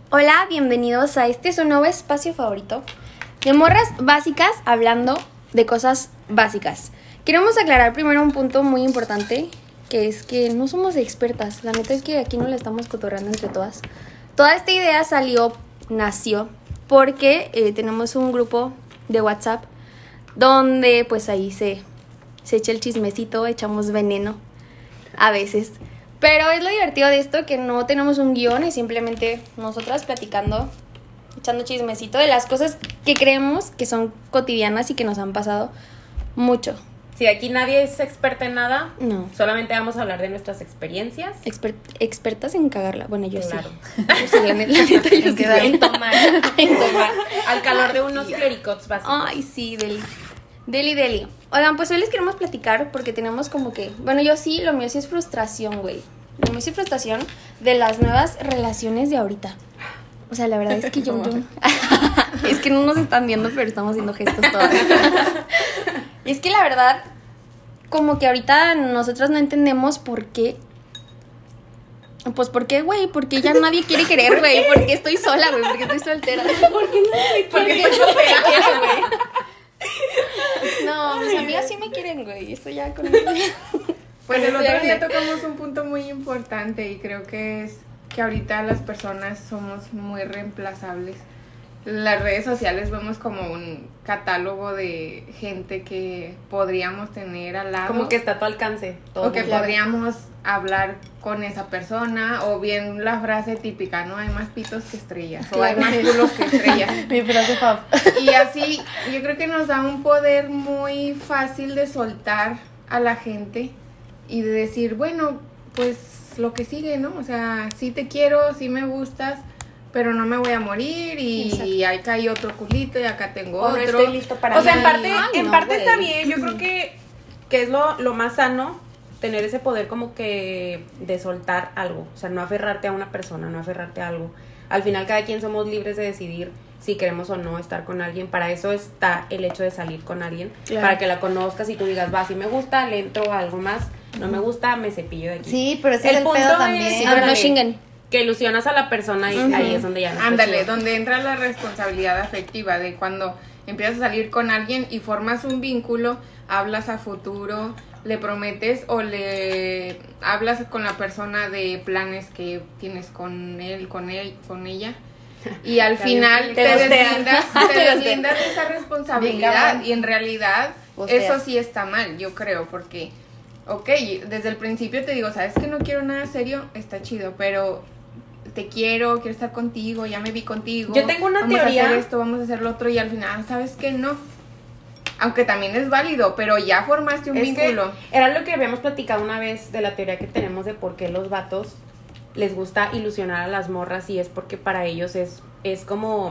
Hola, bienvenidos a este su nuevo espacio favorito de morras básicas hablando de cosas básicas. Queremos aclarar primero un punto muy importante, que es que no somos expertas. La neta es que aquí no la estamos cotorreando entre todas. Toda esta idea nació porque tenemos un grupo de WhatsApp donde pues ahí se echa el chismecito, echamos veneno a veces. Pero es lo divertido de esto, que no tenemos un guión y simplemente nosotras platicando, echando chismecito de las cosas que creemos que son cotidianas y que nos han pasado mucho. Si aquí nadie es experta en nada, No. Solamente vamos a hablar de nuestras experiencias. Expertas en cagarla. Bueno, yo Claro. sí. Yo sí, la neta, yo sí. En tomar. Al calor de unos clericots básicos. Ay, sí, Deli. Oigan, pues hoy les queremos platicar porque tenemos como que... Bueno, yo sí, lo mío sí es frustración, güey. Lo mío sí es frustración de las nuevas relaciones de ahorita. O sea, la verdad es que yo... Es que no nos están viendo, pero estamos haciendo gestos todos. Y es que la verdad, como que ahorita nosotras no entendemos por qué... Pues, ¿por qué, güey? Porque ya nadie quiere querer, güey. Porque estoy sola, güey. Porque estoy soltera. ¿Por qué nadie quiere, güey? No, mis amigas sí me quieren, güey. Eso ya con... Pues el otro día tocamos un punto muy importante y creo que es que ahorita las personas somos muy reemplazables. Las redes sociales vemos como un catálogo de gente que podríamos tener al lado. Como que está a tu alcance. O que podríamos hablar con esa persona, o bien la frase típica, ¿no? Hay más pitos que estrellas, o hay más culos que estrellas. Mi frase fab. Y así, yo creo que nos da un poder muy fácil de soltar a la gente y de decir, bueno, pues lo que sigue, ¿no? O sea, sí te quiero, sí me gustas, pero no me voy a morir y acá hay otro culito y acá tengo otro. No estoy listo para o sea, en parte güey. está bien. Yo creo que es lo más sano, tener ese poder como que de soltar algo. O sea, no aferrarte a una persona, no aferrarte a algo. Al final cada quien somos libres de decidir si queremos o no estar con alguien. Para eso está el hecho de salir con alguien. Claro. Para que la conozcas y tú digas, va, si me gusta, le entro a algo más. No me gusta, me cepillo de aquí. Sí, pero ese es el punto pedo es- también. Sí, pero no ándale, chinguen. que ilusionas a la persona y ahí es donde ya no está Ándale, chido. donde entra la responsabilidad afectiva de cuando empiezas a salir con alguien y formas un vínculo, hablas a futuro, le prometes o le hablas con la persona de planes que tienes con él, con ella. Y al final te deslindas de esa responsabilidad y en realidad eso sí está mal, yo creo, porque desde el principio te digo, sabes que no quiero nada serio, está chido, pero te quiero estar contigo, ya me vi contigo. Yo tengo una vamos teoría. a hacer esto, vamos a hacer lo otro y al final, ¿sabes qué? No. Aunque también es válido, pero ya formaste un Es vínculo. que era lo que habíamos platicado una vez de la teoría que tenemos de por qué los vatos les gusta ilusionar a las morras, y es porque para ellos es como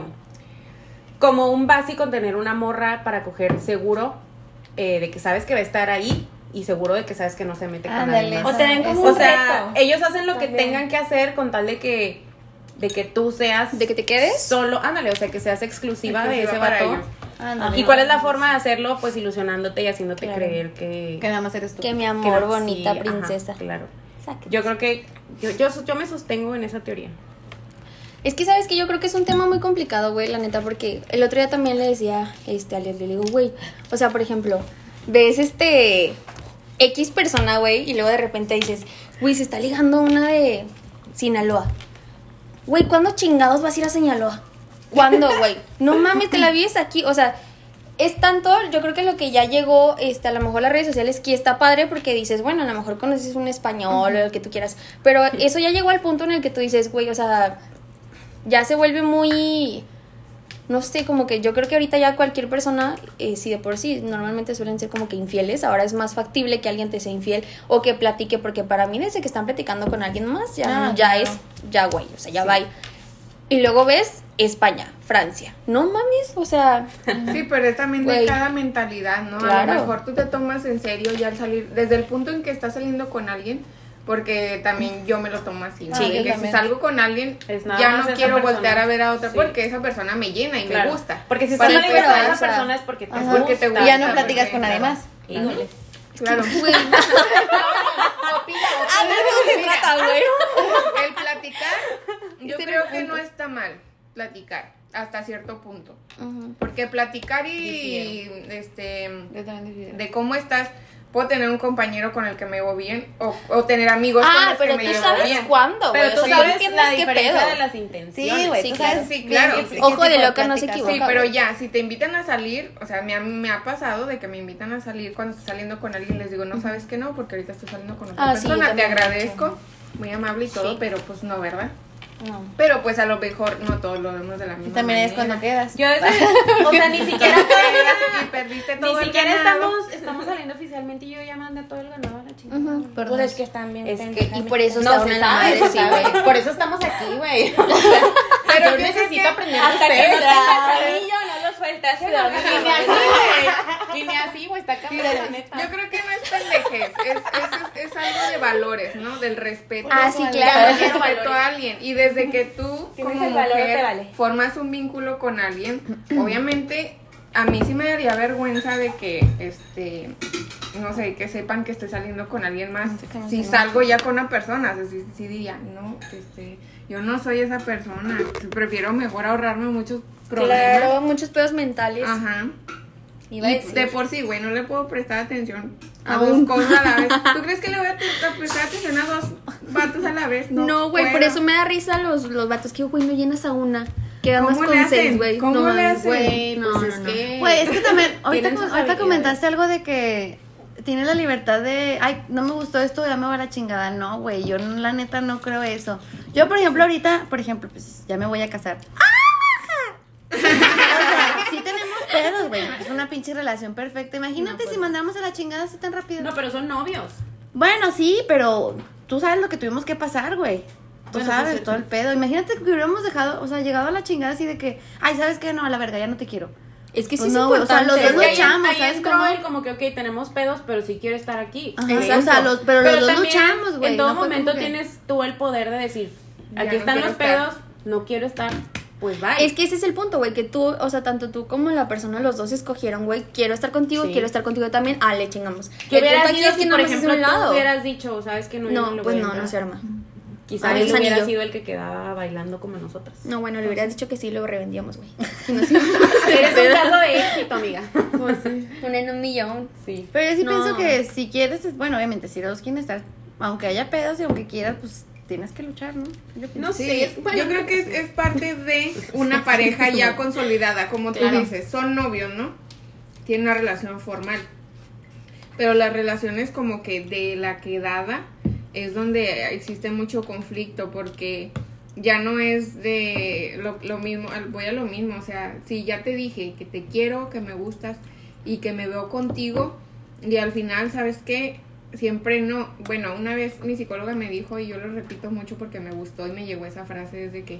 un básico tener una morra para coger seguro, de que sabes que va a estar ahí y seguro de que sabes que no se mete con Ándale, nadie más. o tener como O un sea, reto. ellos hacen lo que También. tengan que hacer con tal de que tú seas ¿De que te quedes? solo, ándale, o sea, que seas exclusiva de ese para vato. ellos. Ándale. ¿Y cuál es la forma de hacerlo? Pues ilusionándote y haciéndote Claro. creer que Que nada más eres tú. Que mi que amor, no- bonita sí, ajá, princesa. claro. Exacto. Yo creo que yo me sostengo en esa teoría. Es que, ¿sabes que yo creo que es un tema muy complicado, güey, la neta, porque el otro día también le decía a Alex, le digo, güey, o sea, por ejemplo, ves X persona, güey, y luego de repente dices, güey, se está ligando una de Sinaloa. Güey, ¿cuándo chingados vas a ir a Sinaloa? ¿Cuándo, güey? No mames, te la vives aquí, o sea, es tanto, yo creo que lo que ya llegó, a lo mejor las redes sociales, que está padre porque dices, bueno, a lo mejor conoces un español o lo que tú quieras, pero eso ya llegó al punto en el que tú dices, güey, o sea, ya se vuelve muy, no sé, como que yo creo que ahorita ya cualquier persona, si de por sí normalmente suelen ser como que infieles, ahora es más factible que alguien te sea infiel o que platique, porque para mí desde que están platicando con alguien más, ya, Ah, ya claro. es, ya güey, o sea, ya va. Y luego ves España, Francia, no mames, o sea, Sí, pero es también de Güey. cada mentalidad, ¿no? A Claro. lo mejor tú te tomas en serio ya al salir, desde el punto en que estás saliendo con alguien, porque también yo me lo tomo así, ¿no? Sí, De yo que si también. salgo con alguien, Es nada ya más no esa quiero persona. voltear a ver a otra Sí. porque esa persona me llena y Claro. me gusta. Porque si Para estás pero, saliendo con o esa sea, persona es porque te Ajá. gusta. Porque te Y ya no gusta, platicas porque- con nadie claro. más. Híjole. Claro. güey, ¿Cómo se trata, güey? El platicar, yo creo que no está mal platicar hasta cierto punto. Porque platicar y de cómo estás, puedo tener un compañero con el que me llevo bien o tener amigos con los que me llevo bien. Pero tú sabes cuándo, güey. Pero tú sabes la diferencia de las intenciones. Sí, güey, Sí, tú claro, sabes. sí, claro. Ojo de loca no se equivoca. Sí, pero ya, si te invitan a salir, o sea, me ha pasado de que me invitan a salir cuando estoy saliendo con alguien, les digo, no, ¿sabes que no? Porque ahorita estoy saliendo con otra Sí, persona, te también agradezco, muy amable y todo, pero pues no, ¿verdad? No. Pero pues a lo mejor no todos lo vemos de la misma Y también manera. es cuando quedas. Yo o sea, ni siquiera Y perdiste todo ni el siquiera ganado. estamos saliendo oficialmente y yo ya mandé todo el ganado a la chingada. Perdón. Pues es que están bien Es que- pendejas. Y por eso No se se unen la sabe, madre, se sí, sabe. güey. Por eso estamos aquí, güey. Pero Yo yo necesito creo que aprender hasta de que ustedes. no tenga cabello, no lo sueltas. Y ni así, güey. Y ni así, güey, está cabrón, la neta. Yo creo que no es pendejez, es algo de valores, ¿no? Del respeto. Ah, sí, Del claro. respeto a alguien. Y desde que tú, Tienes como el valor, mujer, te vale. formas un vínculo con alguien, obviamente, a mí sí me daría vergüenza de que, no sé, que sepan que estoy saliendo con alguien más. Si salgo ya con una persona, o sea, sí diría, no, yo no soy esa persona. Prefiero mejor ahorrarme muchos problemas. Claro, muchos pedos mentales. Ajá. Iba a Y decir. de por sí, güey, no le puedo prestar atención a Aún. dos cosas a la vez. ¿Tú crees que le voy a prestar atención a dos vatos a la vez? No, güey, por puedo. eso me da risa los vatos que, güey, no llenas a una. Quedan más ¿Cómo con le hacen? 6, güey. ¿Cómo No, le hacen? güey, Pues no, es no. que... Güey, es que también, ahorita, Tienen sus ahorita habilidades. comentaste algo de que tienes la libertad de, ay, no me gustó esto, ya me voy a la chingada. No, güey, yo la neta no creo eso. Yo, por ejemplo, ahorita, pues ya me voy a casar. O sea, sí tenemos pedos, güey. Es una pinche relación perfecta. Imagínate si mandamos a la chingada así tan rápido. No, pero son novios. Bueno, sí, pero tú sabes lo que tuvimos que pasar, güey. Tú Bueno, sí, sabes sí, todo sí. el pedo. Imagínate que hubiéramos dejado, o sea, llegado a la chingada así de que, ay, ¿sabes qué? No, a la verga, ya no te quiero. Es que sí Pues es no, güey, o sea, importante. los dos Es que luchamos, ahí ¿sabes entró cómo? él como que, ok, tenemos pedos, pero sí quiero estar aquí. Ajá, Exacto. o sea, pero los dos también, luchamos, güey. En todo no fue momento como que- tienes tú el poder de decir, Ya aquí no están quiero los estar. pedos, no quiero estar, pues bye. Es que ese es el punto, güey, que tú, o sea, tanto tú como la persona, los dos escogieron, güey, quiero estar contigo, Sí. quiero estar contigo también, le chingamos. ¿Qué El hubieras punto aquí sido es que si, nada por más es ejemplo, un tú lado. hubieras dicho, sabes que no, yo No, le pues voy a no, entrar? no se arma. Quizás Adiós, él hubiera anillo. sido el que quedaba bailando como nosotras. No, bueno, le hubieras dicho que sí, luego revendíamos, güey. Eres un caso de éxito, amiga. Una en un millón. Sí. Pero yo sí No. pienso que si quieres, bueno, obviamente, si los dos quieren estar, aunque haya pedos y aunque quieras, pues tienes que luchar, ¿no? Yo pienso. No Sí, sé, bueno, yo creo que es parte de una pareja ya consolidada, como tú Claro. dices, son novios, ¿no? Tienen una relación formal. Pero las relaciones como que de la quedada es donde existe mucho conflicto porque ya no es de lo mismo, voy a lo mismo, o sea, si ya te dije que te quiero, que me gustas y que me veo contigo y al final, ¿sabes qué? Siempre no, bueno, una vez mi psicóloga me dijo y yo lo repito mucho porque me gustó y me llegó esa frase desde que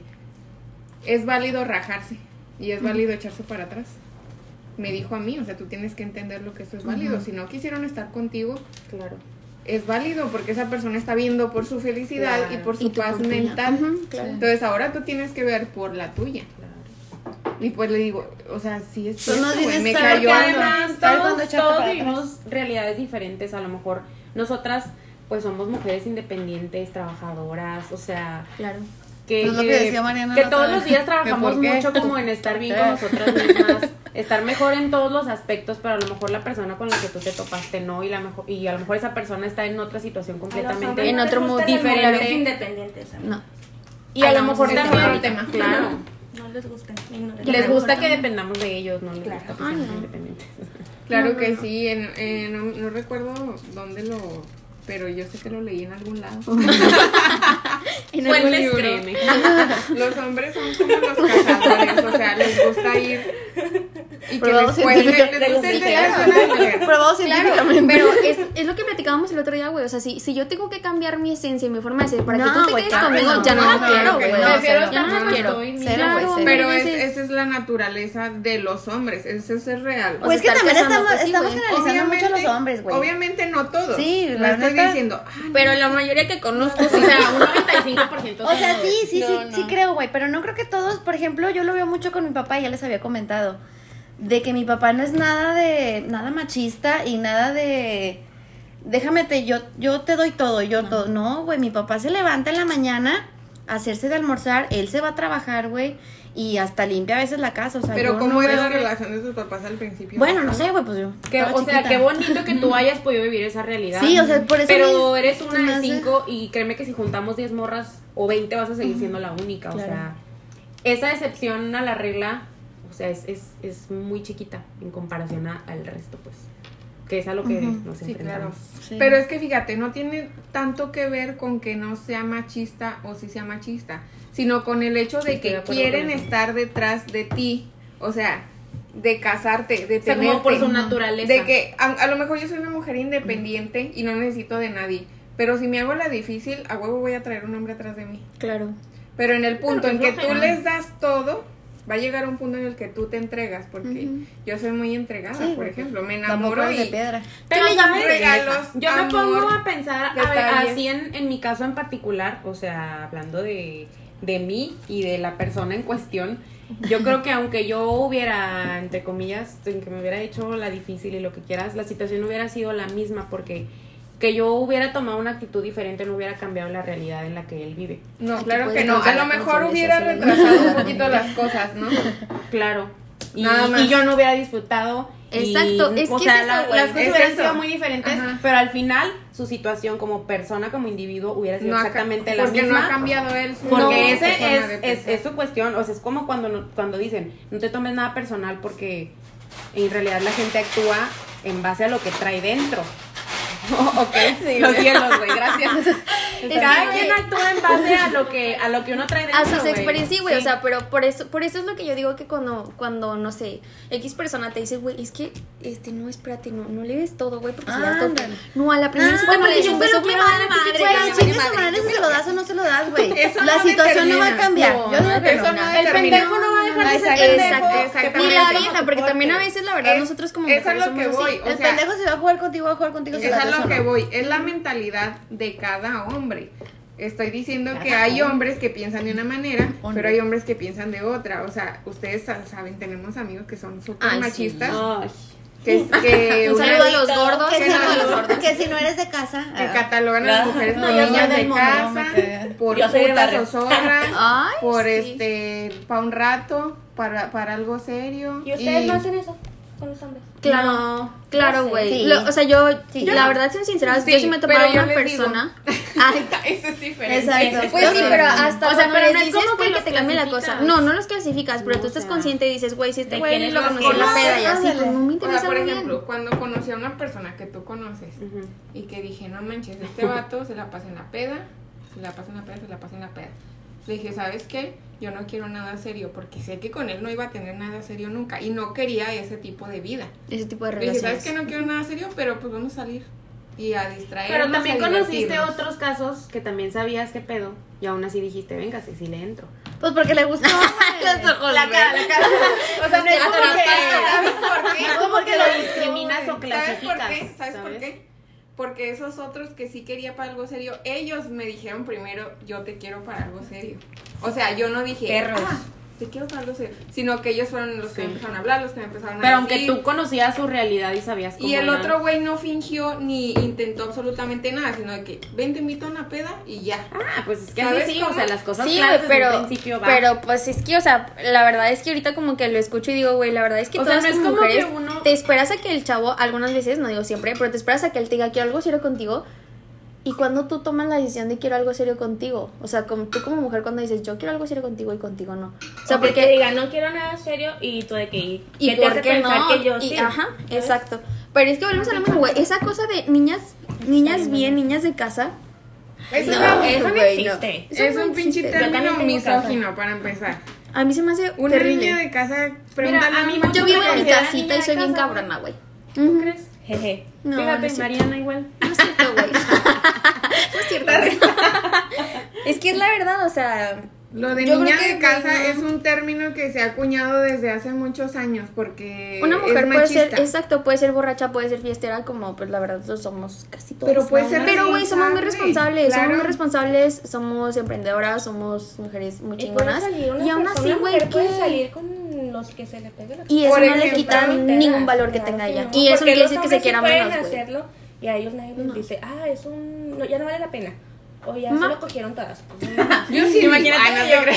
es válido rajarse y es válido echarse para atrás. Me dijo a mí, o sea, tú tienes que entender lo que eso es válido. Si no quisieron estar contigo, claro. es válido porque esa persona está viendo por su felicidad Claro. y por Y su tú paz por tuya. mental. Ujú, claro. Entonces ahora tú tienes que ver por la tuya. Claro. Y pues le digo, o sea, sí es Pues no cierto, güey, tienes me que saber cayó qué algo. además, Además, ¿sabes cuándo echarte todos para vivimos realidades diferentes. A lo mejor nosotras, pues somos mujeres independientes, trabajadoras, o sea, Claro. que, Pues lo que decía Mariana que la todos otra los vez. días trabajamos ¿Por qué? mucho como en estar bien con nosotras mismas, estar mejor en todos los aspectos, pero a lo mejor la persona con la que tú te topaste no, y a lo mejor esa persona está en otra situación completamente En otro mood diferente. independientes. No. Y a lo vamos mejor a ese también, otro tema. claro, No les gusta. les gusta que dependamos de ellos, no les Claro. gusta que Ay, seamos no. independientes. Claro que sí, no recuerdo dónde pero yo sé que lo leí en algún lado. En algún Fuentes, libro. créeme. Los hombres son como los cazadores, o sea, les gusta ir y que Probado les cuenten, científicamente. les gusta Claro. enseñarse a una mujer. Probado Claro, científicamente. pero es lo que platicábamos el otro día, güey. O sea, si yo tengo que cambiar mi esencia y mi forma de ser para que No, tú te güey, quedes claro conmigo, que ya no. no No, lo quiero, claro que güey. no. Prefiero Ya estar no lo como quiero. estoy, Cero, Claro, güey, Pero mil veces. esa es la naturaleza de los hombres, eso es real. Pues es que estar también casando, pues sí, estamos güey. generalizando mucho a los hombres, güey. Obviamente no todos. Sí, no la estoy neta. diciendo, Pero la mayoría que conozco, O sea, un 95%. O sea, sí, No, sí no. creo, güey, pero no creo que todos, por ejemplo, yo lo veo mucho con mi papá, y ya les había comentado, de que mi papá no es nada machista y nada yo te doy todo, todo. No, güey, mi papá se levanta en la mañana a hacerse de almorzar, él se va a trabajar, güey, y hasta limpia a veces la casa, o sea, pero yo ¿cómo no era veo- la relación de tus papás al principio? Bueno, no sé, güey, pues yo estaba O sea, chiquita. qué bonito que tú hayas podido vivir esa realidad. Sí, o sea, por eso Pero me- eres se una me de hace- 5 y créeme que si juntamos 10 morras o 20 vas a seguir siendo la única. Claro. O sea, esa excepción a la regla, o sea, es muy chiquita en comparación al resto, pues. Que es a lo que nos Sí, claro. enfrentamos. Sí. Pero es que fíjate, no tiene tanto que ver con que no sea machista o si sea machista, sino con el hecho de Estoy de que acuerdo quieren con eso. estar detrás de ti, o sea, de casarte, de O sea, tenerte. como por su naturaleza. De que a lo mejor yo soy una mujer independiente y no necesito de nadie, pero si me hago la difícil, a huevo voy a traer un hombre atrás de mí. Claro. Pero en el punto Pero en qué que tú flojera. les das todo, va a llegar un punto en el que tú te entregas, porque yo soy muy entregada, Sí, por ejemplo, me Tampoco enamoro es de y piedra. Pero le llamas ¿sabes? regalos, Yo me amor, pongo a pensar, a ver, detalles. así en mi caso en particular, o sea, hablando de mí y de la persona en cuestión, yo creo que aunque yo hubiera, entre comillas, en que me hubiera hecho la difícil y lo que quieras, la situación hubiera sido la misma, porque que yo hubiera tomado una actitud diferente no hubiera cambiado la realidad en la que él vive. no, Aquí claro puedes que no. A contar lo la mejor conciencia hubiera social. retrasado un poquito las cosas, ¿no? Claro. Y, Nada más. y yo no hubiera disfrutado. Exacto, y, es o que sea, es eso, güey, las cosas es hubieran eso. sido muy diferentes, Ajá. pero al final su situación como persona, como individuo, hubiera sido No ha ca- exactamente la porque misma. no ha cambiado él su Porque no, ese persona de es pensar. su cuestión, o sea, es como cuando dicen, no te tomes nada personal porque en realidad la gente actúa en base a lo que trae dentro. Ok, los cielos, güey, gracias. Cada que, quien güey, actúa en base a lo que uno trae dentro, a sus güey. experiencias, güey, Sí. o sea, pero por eso es lo que yo digo que cuando no sé, X persona te dice, güey, es que, no, espérate, no le des todo, güey, porque si le das todo, Ándale. no, a la primera Ah, cita no porque le des yo un se beso, lo me quiero vale dar, madre, güey, me vale chingue su madre. madre si se lo das o no se lo das, güey. Eso La no situación no va a determina. cambiar. No, Yo digo que eso no. no El pendejo no va a dejar de ser pendejo. Exacto. Ni la vieja, porque también a veces, la verdad, Es- nosotros como eso es mujeres lo que somos así. voy. O El sea, pendejo si va a jugar contigo, se es la a das lo o que no. voy. Es la mentalidad de cada hombre. Estoy diciendo que hay hombres que piensan de una manera, pero hay hombres que piensan de otra. O sea, ustedes saben, tenemos amigos que son súper Ay, sí. machistas. Ay. Que Un saludo a los gordos. Que Que si, no, no, gordos. que si no eres de casa. que catalogan a las mujeres No, por yo soy niñas del de mundo, casa, me cae. por Yo soy de putas barrio. o zorras, Ay, por sí. para un rato, para algo serio. ¿Y ustedes no hacen eso con los hombres? Claro, claro, sé. güey. Sí. O sea, yo, Sí. la verdad, siendo sincera, Sí, yo sí me he pero topado yo una les digo. persona. Ay, Eso es diferente. Exacto. pues sí, pero hasta O sea, cuando pero les no es dices, como que güey, que los te cambie la cosa. clasificas. No, no los clasificas, pero No, tú o estás sea, consciente y dices, güey, si este ¿de güey quiénes lo los conocí en la conoces? peda y así, Ándale. pues no me O interesa sea, por muy ejemplo, bien. cuando conocí a una persona que tú conoces Ujú. y que dije, no manches, este vato se la pasa en la peda, se la pasa en la peda, se la pasa en la peda. Le dije, ¿sabes qué? Yo no quiero nada serio porque sé que con él no iba a tener nada serio nunca y no quería ese tipo de vida. Ese tipo de Le dije, ¿sabes relaciones. qué? No quiero nada serio, pero pues vamos a salir y a distraernos. Pero también a conociste divertirnos. otros casos que también sabías qué pedo y aún así dijiste, venga, sí le entro. Pues porque le gustó. Los ojos, La cara. O sea, no es como ¿Sabes que, por qué? no es como que lo discriminas o ¿Sabes clasificas. por qué? ¿Sabes por qué? Porque esos otros que sí quería para algo serio, ellos me dijeron primero, yo te quiero para algo serio. O sea, yo no dije, Perros. te quiero para algo serio, sino que ellos fueron los que me empezaron a hablar, los que me empezaron a Pero aunque decir. tú conocías su realidad y sabías cómo Y el eran. otro güey no fingió ni intentó absolutamente nada, sino de que, ven, te invito a una peda y ya. Ah, pues es que ¿Sabes así sí, cómo? o sea, las cosas Sí, claras güey, desde pero, un principio va. pero pues es que, o sea, la verdad es que ahorita como que lo escucho y digo, güey, la verdad es que O sea, todas no es como como mujeres que uno- te esperas a que el chavo, algunas veces, no digo siempre, pero te esperas a que él te diga quiero algo serio contigo. Y cuando tú tomas la decisión de quiero algo serio contigo, o sea, como tú como mujer cuando dices yo quiero algo serio contigo y contigo no. O sea, O que te porque digan, no quiero nada serio y tú de que... ¿y ¿qué te por hace qué pensar no? que yo Y, sí? ajá, ¿Sabes? exacto. Pero es que volvemos a lo mismo, güey, esa cosa de niñas bien, niñas de casa. Eso No, Eso no güey, no. existe. Eso es no un pinche existe. Yo también término tengo casa. misógino para empezar. A mí se me hace Una terrible. niña de casa, Mira, pregúntale a mí un mucho Yo macho vivo que en mi considera casita niña y de soy bien casa, cabrona, güey. ¿Tú crees? Jeje. No, Fíjate, no es cierto. Mariana igual. No es cierto, güey. No es cierto. Es que es la verdad, o sea. Lo de yo niña creo que, de casa güey, no. es un término que se ha acuñado desde hace muchos años porque Una mujer es puede ser, machista. exacto, puede ser borracha, puede ser fiestera, como pues la verdad lo somos casi todos. Pero puede ser Pero güey, somos muy responsable, responsables, claro. somos muy responsables, somos emprendedoras, somos mujeres muy Y puede chingonas. salir una Y aún persona, así, güey, mujer puede que... salir con los que se le pegue la Y eso Por no le ejemplo, quita soltera, ningún valor que claro tenga que ella. no, Y eso no porque quiere los decir que se hombres sí quiera pueden menos, güey. hacerlo y a ellos nadie les dice, es un... No, ya no vale la pena. O ya se lo cogieron todas. Yo sí, imagínate.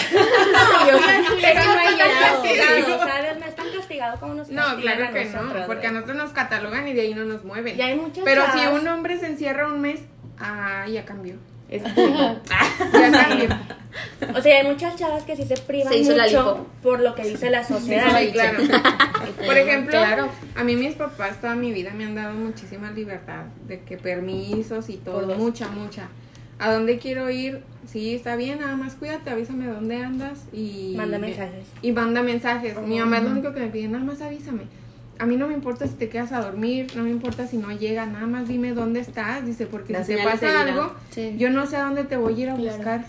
Pero no están castigados, ¿sabes? No están castigados como nos No, castigan claro que a nosotros, no, porque a güey. nosotros nos catalogan y de ahí no nos mueven. Y hay muchas Pero si chavas- un hombre se encierra un mes, ya cambió. Es Ya cambió. O sea, hay muchas chavas que sí se privan Se hizo la mucho lipo. por lo que dice la sociedad. Sí, claro. Por ejemplo, Claro. a mí mis papás toda mi vida me han dado muchísima libertad, de que permisos y todo, mucha. ¿A dónde quiero ir? Sí, está bien, nada más cuídate, avísame dónde andas y... Manda mensajes. Y manda mensajes. Mi mamá es lo único que me pide, nada más avísame. A mí no me importa si te quedas a dormir, no me importa si no llegas, nada más dime dónde estás, dice, porque Las si te señales de pasa vida. algo, Sí. yo no sé a dónde te voy a ir a buscar.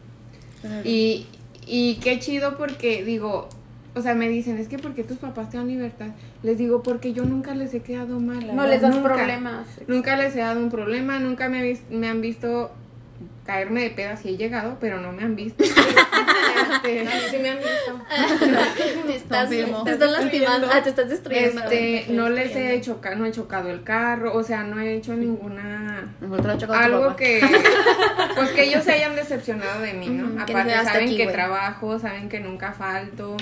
Y qué chido porque digo, o sea, me dicen, es que porque tus papás te dan libertad. Les digo, porque yo nunca les he quedado mal. No les das Nunca. problemas. Nunca les he dado un problema, nunca me han visto caerme de pedas y he llegado, pero no me han visto. Sí me han visto. Te estás lastimando. Te estás destruyendo. No les he chocado, no he chocado el carro, o sea, no he hecho ninguna... Nosotros lo chocamos tu Algo papá. que, pues que ellos se hayan decepcionado de mí, ¿no? Que Aparte, no hasta saben aquí, que güey. trabajo, saben que nunca falto,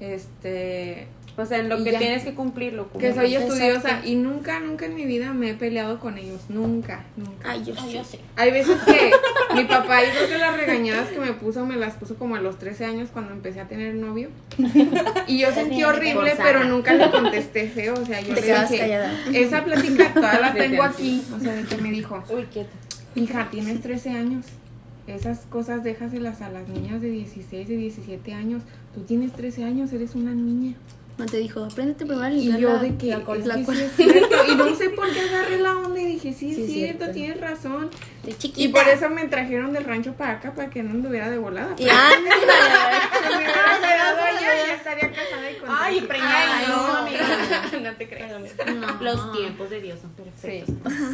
O sea, en lo Y que ya. tienes que cumplirlo. que soy Exacto. estudiosa y nunca en mi vida me he peleado con ellos, nunca. Ay, yo sí. Yo sé. Hay veces que mi papá, yo creo que las regañadas que me las puso como a los 13 años cuando empecé a tener novio. Y yo sentí horrible, forzada. pero nunca le contesté feo. O sea, yo Te le quedas dije, callada. esa plática toda la Desde tengo antes. aquí. O sea, de que me dijo, Uy, quieta. hija, tienes 13 años. Esas cosas déjaselas a las niñas de 16, de 17 años. Tú tienes 13 años, eres una niña. No te dijo, apréndete primero a Y limpiar yo la- de que, la es cola. que sí es cierto. Y no sé por qué agarré la onda y dije, sí, Sí, es es cierto, cierto. tienes razón. De chiquita. Y por eso me trajeron del rancho para acá, para que no anduviera de volada. Y ándale. Si me hubiera quedado allá, ya estaría casada y con Ay, tres hijos. preñada, Ay, no, no. amiga. No te creas. No. Los tiempos de Dios son perfectos.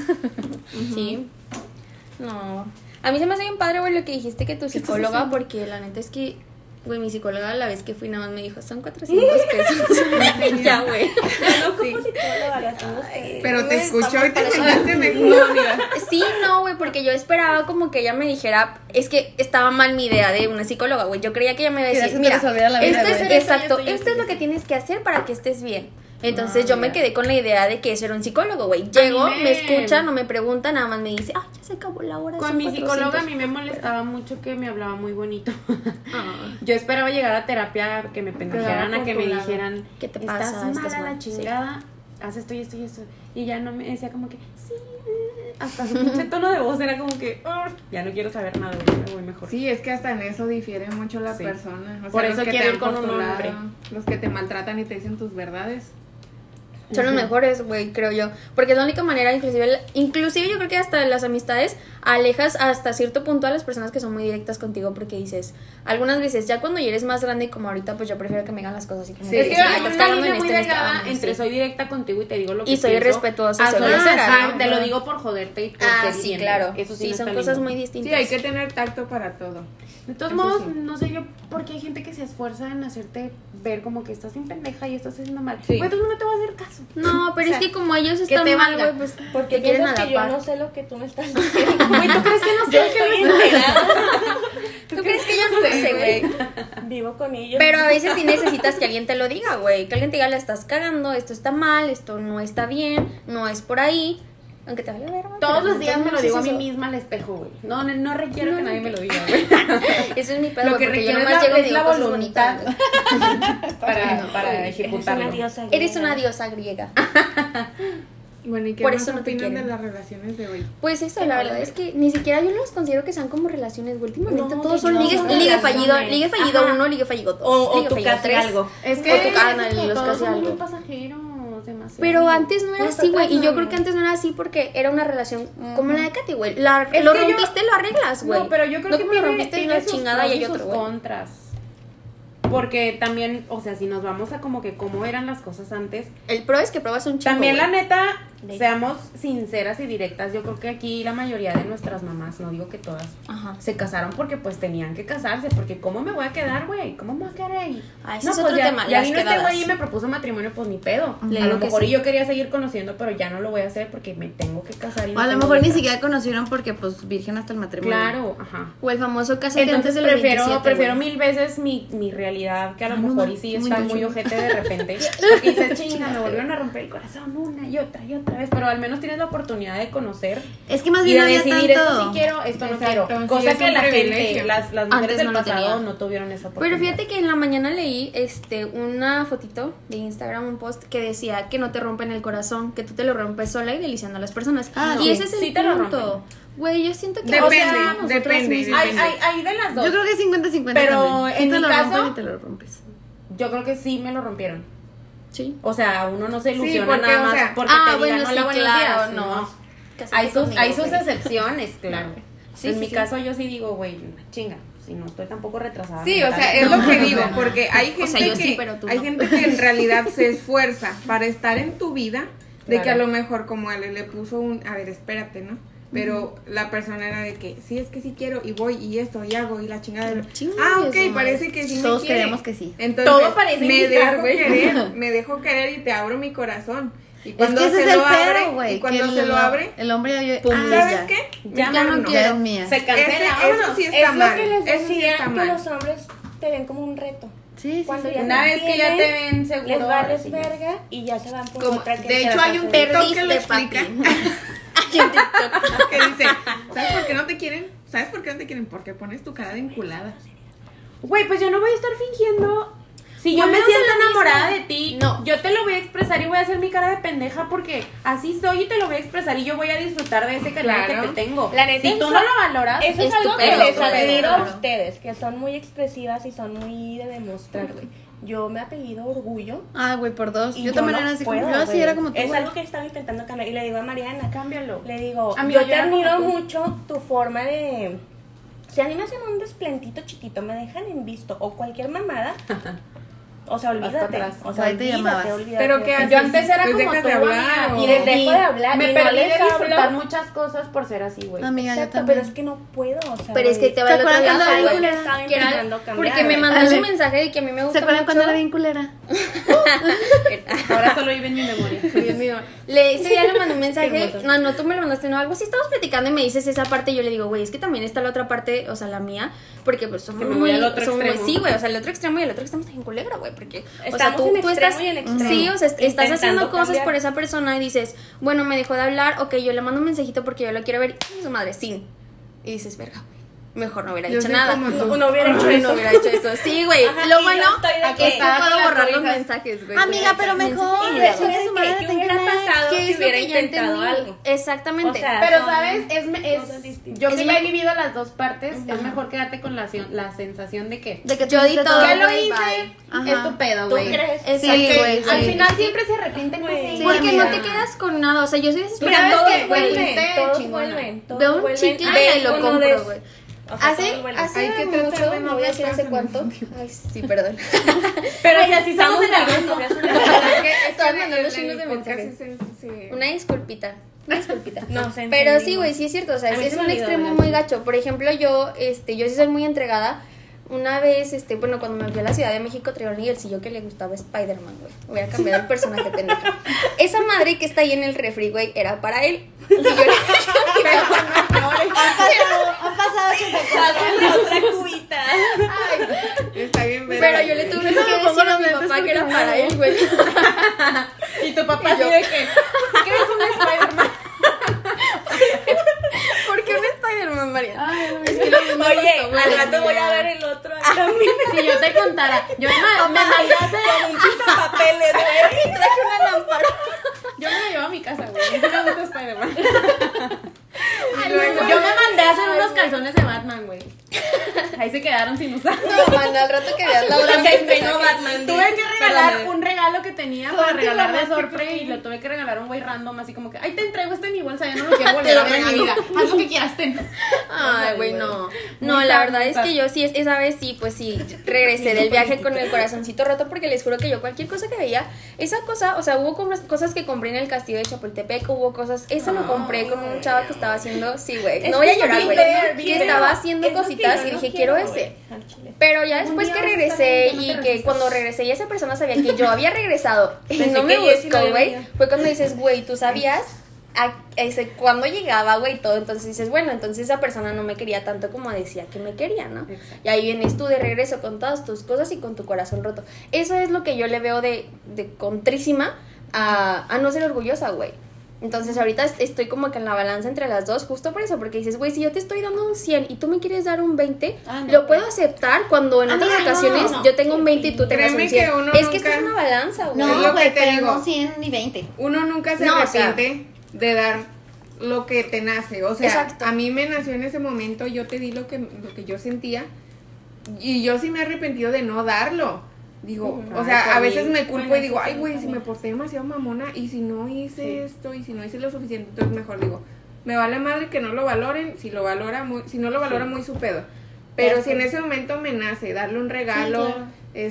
Sí. No. A mí se me hace bien padre, güey, lo que dijiste que tu psicóloga, porque la neta es que, güey, mi psicóloga la vez que fui nada más me dijo, son 400 pesos. Ya, güey. No, como psicóloga, las tengo ustedes. Pero te No escuchó y estamos te para sentiste mejor, amiga. Sí, no, güey, porque yo esperaba como que ella me dijera, es que estaba mal mi idea de una psicóloga, güey. Yo creía que ella me iba a Querías decir, que te mira, resolviera la vida, esto es, güey. exacto, esto es lo que tienes que hacer para que estés bien. Entonces yo me quedé con la idea de que eso era un psicólogo, güey. Llego, me escucha, no me pregunta, nada más me dice, ya se acabó la hora. Con son mi 400". psicóloga a mí me molestaba mucho que me hablaba muy bonito. Yo esperaba llegar a terapia, que me pendejaran, a que me dijeran, ¿Qué te estás pasa? mala Estás la mal". Sí. chingada, haz esto y esto y esto. Y ya no me decía como que, sí, hasta su pinche tono de voz era como que, ya no quiero saber nada, güey, me voy mejor. Sí, es que hasta en eso difiere mucho la Sí. persona. O sea, Por los eso que quiero te ir han con un postulado, hombre. los que te maltratan y te dicen tus verdades. Son los mejores, güey, creo yo. Porque es la única manera, inclusive yo creo que hasta las amistades alejas hasta cierto punto a las personas que son muy directas contigo, porque dices, algunas veces, ya cuando ya eres más grande como ahorita, pues yo prefiero que me digan las cosas y que me Sí, es que digan, "Me hay estás una cagando línea en muy este, en esta". delgada Ajá, entre sí. soy directa contigo y te digo lo que Y soy pienso. respetuosa y Ah, soy soy grosera, ajá, ¿no? te lo digo por joderte y por Ah, ser sí, hiriente. claro. Eso Sí, no son está cosas lindo. muy distintas. Sí, hay que tener tacto para todo. De todos Eso modos, sí. no sé yo por qué hay gente que se esfuerza en hacerte ver como que estás bien pendeja y estás haciendo mal. Sí. Güey, entonces no te va a hacer caso. No, pero O sea, es que como ellos que están te mal, valga. güey, pues Porque te quieren a piensas la que yo par. no sé lo que tú me estás diciendo. Güey, ¿tú crees que no sé Yo que estoy no sé? enterada. ¿Tú crees que yo no sé, güey? Vivo con ellos. Pero a veces sí necesitas que alguien te lo diga, güey. Que alguien te diga, la estás cagando, esto está mal, esto no está bien, no es por ahí. Aunque te vale verga. Todos pero los días me lo haces digo a mí eso. misma al espejo, güey. No requiero que nadie me lo diga, güey. Eso es mi pedo, Lo güey, que porque yo requiere nomás llego y es digo la cosas voluntad bonitas. para Eres ejecutarlo. una diosa. Eres una diosa griega. Bueno, ¿y qué Por más eso no te opinan de quieren. las relaciones de hoy? Pues eso, la verdad es que ni siquiera yo los considero que sean como relaciones, güey. Últimamente No, todos son no, ligue son fallido, relaciones. ligue fallido Ajá. 1, ligue fallido 2. O ligue tu fallido casi 3. algo. Es O que tu- ándale, los todos casi somos algo. muy pasajeros, demasiado. Pero antes no era No, así, güey. Y yo total, creo no. que antes no era así porque era una relación como la de Katy, güey. Lo Es que yo- rompiste, lo arreglas, güey. No, pero yo creo no que como lo tiene, rompiste y tiene la sus chingada pros y hay sus otro, güey. contras. Porque también, o sea, si nos vamos a como que cómo eran las cosas antes. El pro es que pruebas un chingo. También la güey. neta, seamos sinceras y directas, yo creo que aquí la mayoría de nuestras mamás, no digo que todas, Ajá. se casaron porque pues tenían que casarse, porque ¿cómo me voy a quedar, güey? ¿Cómo me voy a quedar ahí? Ah, ese es otro tema, Ya las vino este quedadas. güey y me propuso matrimonio, pues ni pedo. Le A digo lo que mejor sí. y yo quería seguir conociendo, pero ya no lo voy a hacer porque me tengo que casar. Y O me a lo tengo mejor que ni casar. siquiera conocieron porque, pues, virgen hasta el matrimonio. Claro, ajá. O el famoso cásate antes Entonces de los prefiero 27, güey. mil veces mi realidad, que a lo mejor y sí muy está gacho. muy ojete de repente. Porque dices, chinga, me volvieron a romper el corazón una y otra vez. Pero al menos tienes la oportunidad de conocer Es que más y bien de no había decidir esto tanto. sí quiero, esto no Exacto, quiero. sí, Cosa es que un la gente, privilegio. las mujeres Antes del no lo pasado tenía. no tuvieron esa Pero oportunidad. fíjate que en la mañana leí una fotito de Instagram, un post que decía que no te rompen el corazón, que tú te lo rompes sola y deliciando a las personas. Ah, y sí. ese es el Sí te lo punto. Güey, yo siento que Depende, o sea, nosotras depende, mismas- Hay de las dos. Yo creo que 50-50 Pero también. Sí en te mi lo caso- rompen y te lo rompes. Yo creo que sí me lo rompieron. Sí. O sea, uno no se ilusiona porque, nada o más sea, porque te digan bueno, hola, sí, buenos claro, días. no. Cásate Hay conmigo, sus güey. excepciones, claro. Sí, En sí, mi sí. caso yo sí digo, güey, chinga, si no estoy tampoco retrasada. Sí, o sea, mental. es No, lo que no, digo, no. porque hay gente O sea, yo que sí, pero tú hay no. gente que en realidad se esfuerza para estar en tu vida, de que a Claro. lo mejor como Ale le puso a ver, espérate, ¿no? Pero la persona era de que, sí, es que sí quiero y voy y esto y hago y la chingada. Chingue Ok, su madre. parece que sí me Todos quiere. queremos que sí. Entonces, Todo parece me indicar, dejo güey. querer, me dejo querer y te abro mi corazón. Y cuando Es que ese se es el lo abre, pedo, güey. y cuando que se lo abre, el hombre ya Pum, ¿sabes ya. qué? Ya Ya no no Ya es mía. Se cancela, eso vámonos. sí está Es mal. lo que les Eso sí decía, está que mal. los hombres te ven como un reto. Sí, sí, Cuando sí. ya Una te vez que ya te tienen, ven seguro. les vales sí. verga y ya se van por Como- otra que de se hecho, la hay un pasan. TikTok que lo Perdiste, papi. explica. Hay un TikTok. Que dice, ¿sabes por qué no te quieren? ¿Sabes por qué no te quieren? Porque pones tu cara de enculada. Güey, pues yo no voy a estar fingiendo. Si yo Bueno, me es siento lo enamorada mismo. de ti, No. yo te lo voy a expresar y voy a hacer mi cara de pendeja porque así soy y te lo voy a expresar y yo voy a disfrutar de ese cariño Claro. que te tengo. La neta, si tú eso- no lo valoras, Eso es Es algo tu que pedo, les tu pedo, admiro a claro. ustedes, que son muy expresivas y son muy de demostrar, güey. Yo me apellido Orgullo. Ah, güey, por dos. Y Yo también no era así como. puedo, Yo así güey. era como tú. Es güey. algo que estaba intentando cambiar. Y le digo a Mariana, cámbialo. le digo, Amiga, yo yo te era como admiro tú. mucho tu forma de... Si a mí me hacen un desplantito chiquito, me dejan en visto o cualquier mamada, o sea, Vas olvídate. para atrás. O sea, Ahí te llamabas. olvídate. Pero que Yo antes era Pues como dejas tú, de hablar, amiga, o- y dejo de hablar me y no perdí les de disfrutar hablo. muchas cosas por ser así, güey. Amiga, yo Exacto, también. pero es que no puedo, o sea, Pero es que güey. te va al otro acuerdan lado, cuando güey. la Estaba Que era- intentando cambiar, porque me güey. mandó Ale. su mensaje de que a mí me ¿Se gusta acuerdan mucho. cuando era bien culera? Ahora solo vive en mi memoria. Dios mío. Ese día le mandé un mensaje. Qué hermoso. No, tú me lo mandaste, no, algo así. Estamos platicando y me dices esa parte. Y yo le digo, güey, es que también está la otra parte, o sea, la mía. Porque pues somos Que me voy muy. al otro somos- extremo. Sí, güey, o sea, el otro extremo y el otro extremo está en culebra, güey. Porque, o sea, Estamos tú en extremo estás. y en extremo. Sí, o sea, estás Intentando haciendo cosas cambiar. por esa persona y dices, bueno, me dejó de hablar. Ok, yo le mando un mensajito porque yo lo quiero ver. Y su madre, sí. Y dices, verga, güey. Mejor no hubiera Yo dicho soy nada. como tú. No hubiera hecho Ay, eso. no hubiera hecho eso. Sí, güey. Ajá, Lo y bueno yo estoy de es que que- puedo borrar los hijas. mensajes, güey. Amiga, pero mejor. Y Chingue luego, su madre, ¿qué te hubiera encanta. pasado ¿Qué si es lo hubiera que yo intentado entendí? algo? Exactamente. O sea, Pero, son ¿sabes? cosas distintas. Yo Es que me- ya he vivido las dos partes, es mejor quedarte con la sensación de que De que Yo tú di hiciste todo, ya lo güey, hice, bye. Ajá. es tu pedo, ¿Tú güey. crees? Exacto. Sí, Que güey, al sí. final siempre se arrepienten Güey. cosas. Sí, Porque amiga. no te quedas con nada. O sea, yo estoy ¿Sabes esperando qué, que, güey? güey, Fuiste Todos chingona. vuelven, todos veo un vuelven. chicle Ve y lo uno compro, de- güey. o sea, Hace, todos vuelven. Hay hace que tratar mucho, de no no voy a decir hace gastarse cuánto. mucho. Ay, sí, perdón. Pero si así estamos en el grupo. Estaba mandando chingos de el podcast mensajes. sí. Una disculpita. Una disculpita. No sé. Pero sí, güey, sí es cierto, o sea, A mí es se me un olvidó, extremo ¿verdad? muy gacho. Por ejemplo, yo sí soy muy entregada. Una vez, bueno, cuando me fui a la Ciudad de México, traía un Miguelcillo que le gustaba Spider-Man, güey. Voy a cambiar el personaje pendeja. Esa madre que está ahí en el refri, güey, era para él. Y yo le Han pasado 84. otra cubita. Está bien, verga. Pero yo le tuve que decir a mi papá que era para él, güey. Y tu papá así de que, ¿qué es un Spider-Man? ¿Por qué un Spider-Man, María? Es que lo mismo Oye, gustó, güey, al rato voy a amiga. ver el otro también. Si yo te contara, yo me mandé a hacer, Con un papeles, güey. Traje una lámpara. yo me lo llevo a mi casa, güey. Ese me gusta Spider-Man. Y luego- Yo me mandé a hacer unos calzones de Batman, güey. Ahí se quedaron sin usar. No, man, al rato que veas la hora. Lo que inventó Batman. Tuve que regalar Perdóname. un regalo que tenía Todo para regalar de romántico. sorpresa y lo tuve que regalar a un güey random, así como que, ay, te entrego este en mi bolsa, ya no lo quiero volver a ver en mi vida. Haz lo que quieras, ten. Ay, güey, no. No, Muy la sad, verdad muy es sad. que yo sí, esa vez sí, pues sí, regresé del viaje con el corazoncito roto porque les juro que yo cualquier cosa que veía, esa cosa, o sea, hubo cosas que compré en el castillo de Chapultepec, hubo cosas, eso lo compré con un chavo que estaba haciendo, sí, güey, Es no voy a que llorar, be güey, there, be que there. estaba haciendo Es lo que cositas yo y no dije, quiero güey, ese. al chile. Pero ya Algún después día que vas a estar regresé bien, que no y te que regresas. cuando regresé y esa persona sabía que yo había regresado y Pensé no me que Jessy lo buscó, había güey, venido. fue cuando dices, güey, tú sabías cuando llegaba, güey, todo, entonces dices, bueno, entonces esa persona no me quería tanto como decía que me quería, ¿no? Exacto. Y ahí vienes tú de regreso con todas tus cosas y con tu corazón roto. Eso es lo que yo le veo de contrísima a no ser orgullosa, güey. Entonces ahorita estoy como que en la balanza entre las dos, justo por eso, porque dices, güey, si yo te estoy dando un 100 y tú me quieres dar un 20, Ah, no, lo puedo güey. aceptar cuando en otras Amiga, no, ocasiones no. yo tengo un 20 y tú tengas Créeme un 100. que uno Es que esto nunca- es una balanza, güey. Es lo No, que güey, te pero digo. no 100 ni 20. Uno nunca se No, o sea- arrepiente de dar lo que te nace. O sea, Exacto. a mí me nació en ese momento, yo te di lo que yo sentía. Y yo sí me he arrepentido de no darlo. Digo, o Ay, sea, a por veces mí. me culpo Bueno, y digo, eso ay, sí, güey, si también. me porté demasiado mamona y si no hice esto y si no hice lo suficiente, entonces mejor digo, me vale madre que no lo valoren, si no lo valora muy su pedo. Pero si en ese momento me nace darle un regalo, Sí, claro.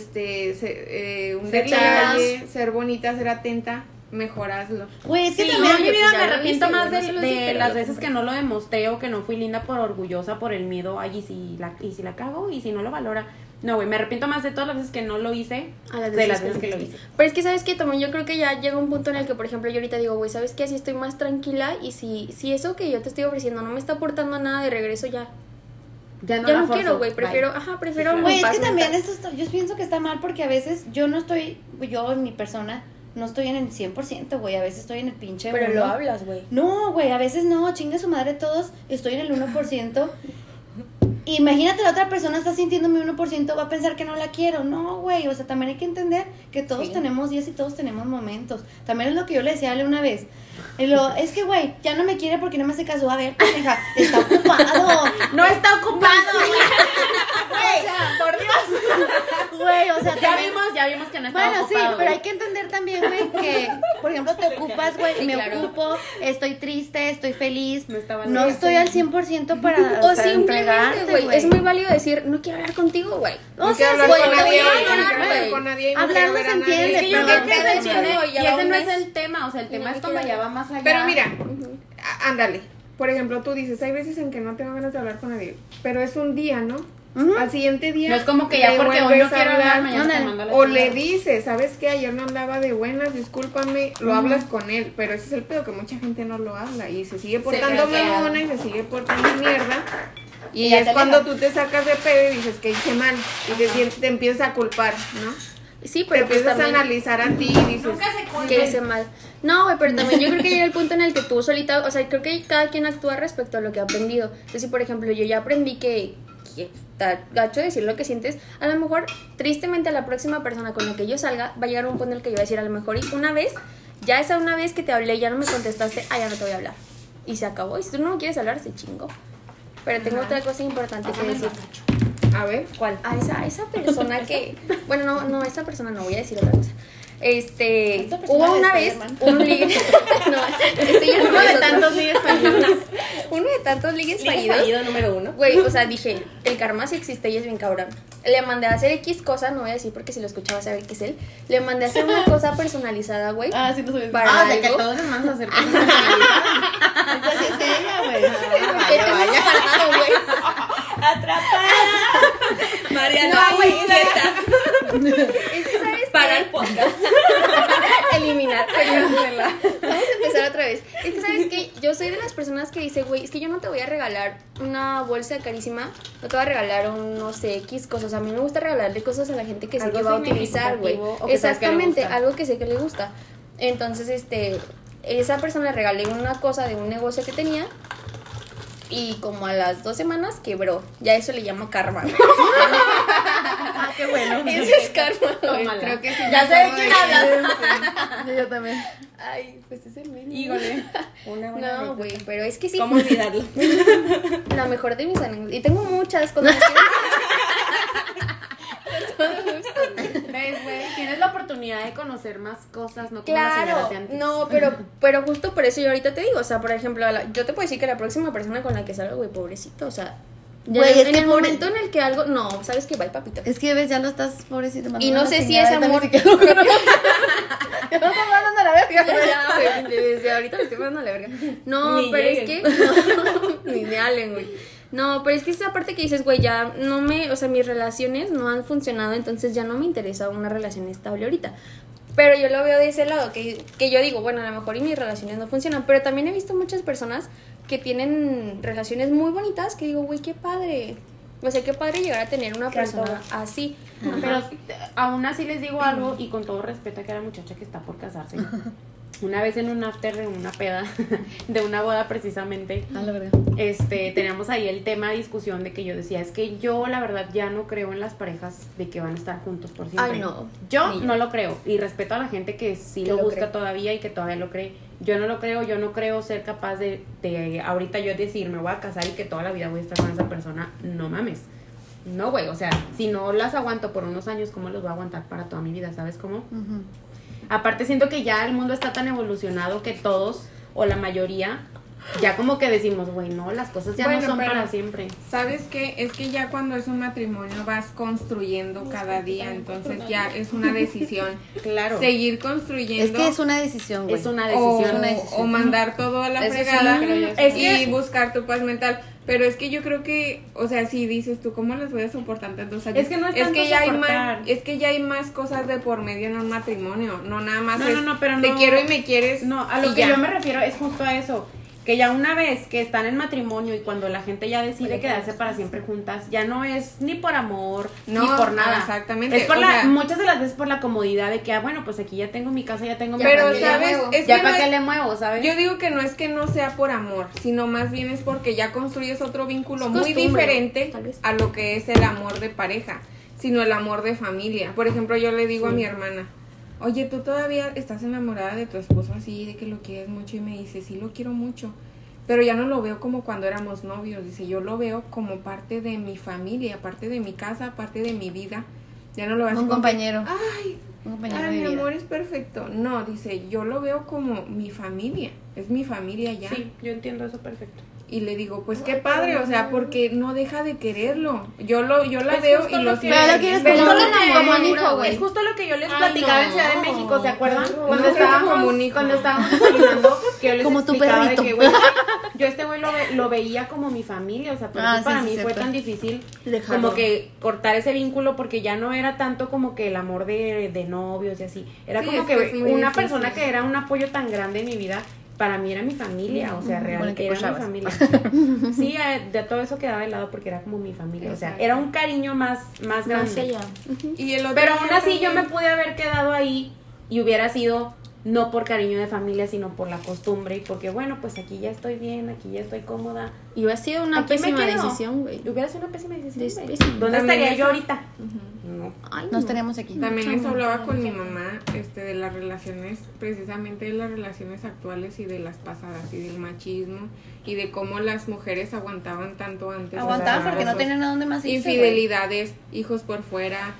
un Ser detalle, ser bonita, ser atenta, mejor hazlo. Güey, es que Sí, también. yo en mi vida pues ya me lo arrepiento hice, más güey, no se los di, de pero las lo veces compré. que no lo demostré o que no fui linda por orgullosa, por el miedo, ay, y si la cago y si no lo valora. No, güey, me arrepiento más de todas las veces que no lo hice A las de las veces veces que lo hice. Pero es que, ¿sabes qué? También yo creo que ya llega un punto en el que, por ejemplo, yo ahorita digo, güey, ¿sabes qué? Así estoy más tranquila y si eso que yo te estoy ofreciendo no me está aportando nada de regreso, ya Ya no la quiero, forzo. güey, prefiero Bye. mi Güey, es paz que también mental. yo pienso que está mal porque a veces yo en mi persona, no estoy en el 100%, güey, a veces estoy en el pinche Pero lo 1. hablas, güey. No, güey, a veces no, chingue su madre todos, estoy en el 1%. Imagínate, la otra persona está sintiendo mi 1%, va a pensar que no la quiero. No, güey, o sea, también hay que entender que todos tenemos días y todos tenemos momentos. También es lo que yo le decía a Ale una vez. Es que, güey, ya no me quiere porque no me hace caso. A ver, pendeja, está ocupado. No está ocupado. Güey, Por Dios. güey, o sea, Ya también- vimos que no está Bueno, ocupado. sí, pero hay que entender también, güey, que, por ejemplo, te ocupas, güey, Sí, me claro. ocupo, estoy triste, estoy feliz, No estaba no bien. estoy al 100% para O sea, simplemente, entregarte, güey, es muy válido decir, no quiero hablar contigo, güey. O No sea, quiero sí, hablar con güey, nadie, te voy a no quiero ignorar, hablar güey. con nadie, no Hablar quiero no ver se a nadie. entiende, Es que yo pero creo que qué ese pedo, tiene- güey, ya y va ese un no es mes. el tema, o sea, el tema me es cuando quiero ya va más allá. Pero mira, ándale. Por ejemplo, tú dices, hay veces en que no tengo ganas de hablar con nadie, pero es un día, ¿no? Al siguiente día. No es como que ya le porque hoy no vuelves a quiero hablar, hablar, mañana te ándale. mando la o chingada. le dices, ¿sabes qué? Ayer no andaba de buenas, discúlpame, lo hablas con él, pero ese es el pedo, que mucha gente no lo habla y se sigue portando cree que- mamona y se sigue portando mierda. Y ya es te cuando aleja. tú te sacas de pedo y dices que hice mal y te empiezas a culpar, ¿no? Sí, Te pero pues empiezas a también analizar a ti y dices, que hice mal. No, güey, pero también yo creo que llega el punto en el que tú solita, o sea, creo que cada quien actúa respecto a lo que ha aprendido. Entonces, si por ejemplo yo ya aprendí que está gacho decir lo que sientes, a lo mejor tristemente a la próxima persona con la que yo salga va a llegar un punto en el que yo voy a decir, a lo mejor y una vez, ya esa una vez que te hablé, ya no me contestaste, ya no te voy a hablar. Y se acabó. Y si tú no me quieres hablar, se chingó. Pero tengo otra cosa importante que decir. a ver, ¿cuál? A esa persona que, bueno, no, esa persona no, voy a decir otra cosa. Esta persona Hubo de una vez Spider-Man. un ligue, no, ya no Uno es de otro. tantos ligues fallidos. Uno de tantos ligues Ligue fallidos. fallido número 1. Güey, o sea, dije, el karma sí existe y es bien cabrón. Le mandé a hacer X cosa, no voy a decir porque si lo escuchaba saber que es él. Le mandé a hacer una cosa personalizada, güey. Ah, sí, no sabes. Para O sea, que algo. todos les mandas a hacer cosas personalizadas. Esa sí es ella, güey. Que tengo guardado, güey. Atrapada. Mariana, No, güey, inquieta. Es que, ¿sabes Para qué? el podcast. Eliminar. Vamos a empezar otra vez. Es que, ¿sabes qué? Yo soy de las personas que dice, güey, es que yo no te voy a regalar una bolsa carísima, no te voy a regalar un, no sé, X cosas. A mí me gusta regalarle cosas a la gente que sé Algo que va a utilizar, güey. significativo o que sabes que le Exactamente, gusta. algo que sé que le gusta. Entonces, esa persona le regalé una cosa de un negocio que tenía. Y como a las 2 semanas quebró. Ya eso le llamo karma, güey. Ah, qué bueno. Eso es karma, güey. Tómala. Creo que sí. Ya me sé de acuerdo quién quién. Yo también. Ay, pues es el mío. Híjole. Una buena No, anécdota. güey, pero es que sí. ¿Cómo olvidarlo? La mejor de mis anécdotas. Y tengo muchas cosas. ¿Ves, güey? Tienes la oportunidad de conocer más cosas, no como las Claro, señoras de antes. no, pero justo por eso yo ahorita te digo, o sea, por ejemplo, yo te puedo decir que la próxima persona con la que salga, güey, pobrecito, o sea, ya Güey, es en que el pobre- momento en el que algo, no, sabes que bye, papito. Es que ves, ya lo estás, pobrecito. Y no mandando sé a la si es chingada, amor. ni siquiera lo conozco. Ya lo estás mandando a la verga. Ya, güey, desde ahorita me estoy pasando la verga. No, Ni pero lleguen. es que ni de Allen, güey. No, pero es que esa parte que dices, güey, ya no me, o sea, mis relaciones no han funcionado, entonces ya no me interesa una relación estable ahorita. Pero yo lo veo de ese lado, que yo digo, bueno, a lo mejor y mis relaciones no funcionan, pero también he visto muchas personas que tienen relaciones muy bonitas, que digo, güey, qué padre. O sea, qué padre llegar a tener una Qué persona antojo. así. Pero aún así les digo algo, y con todo respeto a que la muchacha que está por casarse. Una vez en un after de una peda, de una boda precisamente, A la verga. teníamos ahí el tema de discusión de que yo decía, es que yo la verdad ya no creo en las parejas de que van a estar juntos por siempre. Ay, no. Yo Ni yo. no lo creo, y respeto a la gente que sí Que lo lo busca cree. todavía y que todavía lo cree. Yo no lo creo, yo no creo ser capaz de ahorita yo decir, me voy a casar y que toda la vida voy a estar con esa persona. No mames. No, güey, o sea, si no las aguanto por unos años, ¿cómo los voy a aguantar para toda mi vida? ¿Sabes cómo? Ujú. Aparte siento que ya el mundo está tan evolucionado que todos, o la mayoría, ya como que decimos, güey, no, las cosas ya Bueno, no son pero- para siempre. ¿Sabes qué? Es que ya cuando es un matrimonio vas construyendo cada día, entonces ya es una decisión. Claro. Seguir construyendo. Es que es una decisión, güey. Es una o, decisión. una decisión. o mandar todo a la Eso sí, fregada creo yo. Es y que- buscar tu paz mental. Pero es que yo creo que, o sea, si dices tú, ¿cómo las voy a soportar tantos años? Es que no es tanto ya hay soportar. más, es que ya hay más cosas de por medio en un matrimonio. No nada más No, es, no, no, pero te no- quiero y me quieres. No, a lo y que ya. yo me refiero es justo a eso. Que ya una vez que están en matrimonio y cuando la gente ya decide quedarse para siempre juntas, ya no es ni por amor, No, ni por nada. exactamente, Es por o la, sea- muchas de las veces por la comodidad de que, bueno, pues aquí ya tengo mi casa, ya tengo mi Pero, familia. ¿sabes? Es Ya que para no qué es- le muevo, ¿sabes? Yo digo que no es que no sea por amor, sino más bien es porque ya construyes otro vínculo Es muy costumbre, diferente tal vez. a lo que es el amor de pareja, sino el amor de familia. Por ejemplo, yo le digo a mi hermana, oye, tú todavía estás enamorada de tu esposo así, de que lo quieres mucho, y me dice, sí lo quiero mucho, pero ya no lo veo como cuando éramos novios, dice, yo lo veo como parte de mi familia, parte de mi casa, parte de mi vida. Ya no lo veo así Un como que, compañero. ay, Un compañero ay, de mi vida. amor es perfecto. No, dice, yo lo veo como mi familia, es mi familia ya. Sí, yo entiendo eso perfecto. Y le digo, pues qué padre, o sea, porque no deja de quererlo. Yo la Es veo justo y lo lo que- siento. Pero lo quieres Pero como es un lo que- como un maduro, hijo, güey. Es justo lo que yo les Ay, platicaba en no. Ciudad de México, ¿se acuerdan? No, Cuando no, estábamos como un hijo. cuando estábamos desayunando, que yo les Como tu explicaba perrito. de que, güey, yo este güey lo veía como mi familia, o sea, por Ah, eso sí, para sí, mí fue cierto. tan difícil Dejarlo. como que cortar ese vínculo porque ya no era tanto como que el amor de novios y así, era Sí, como es que que es muy una difícil. persona que era un apoyo tan grande en mi vida. Para mí era mi familia, o sea, Con el realmente que era mi cochabas. familia. Sí, de todo eso quedaba de lado porque era como mi familia, o sea, era un cariño más Más grande. allá. Y el otro Pero día aún así yo me también- pude haber quedado ahí y hubiera sido no por cariño de familia, sino por la costumbre y porque, bueno, pues aquí ya estoy bien, aquí ya estoy cómoda. Y hubiera sido una Aquí me pésima quedo. decisión, güey. Hubiera sido una pésima decisión. Es güey. pésima. ¿Dónde También estaría eso- yo ahorita? No. Ay, No estaríamos aquí. También eso hablaba con mi mamá, de las relaciones, precisamente de las relaciones actuales y de las pasadas, y del machismo, y de cómo las mujeres aguantaban tanto antes. Aguantaban o sea, porque no esos tenían a dónde más irse, güey. infidelidades, hijos por fuera,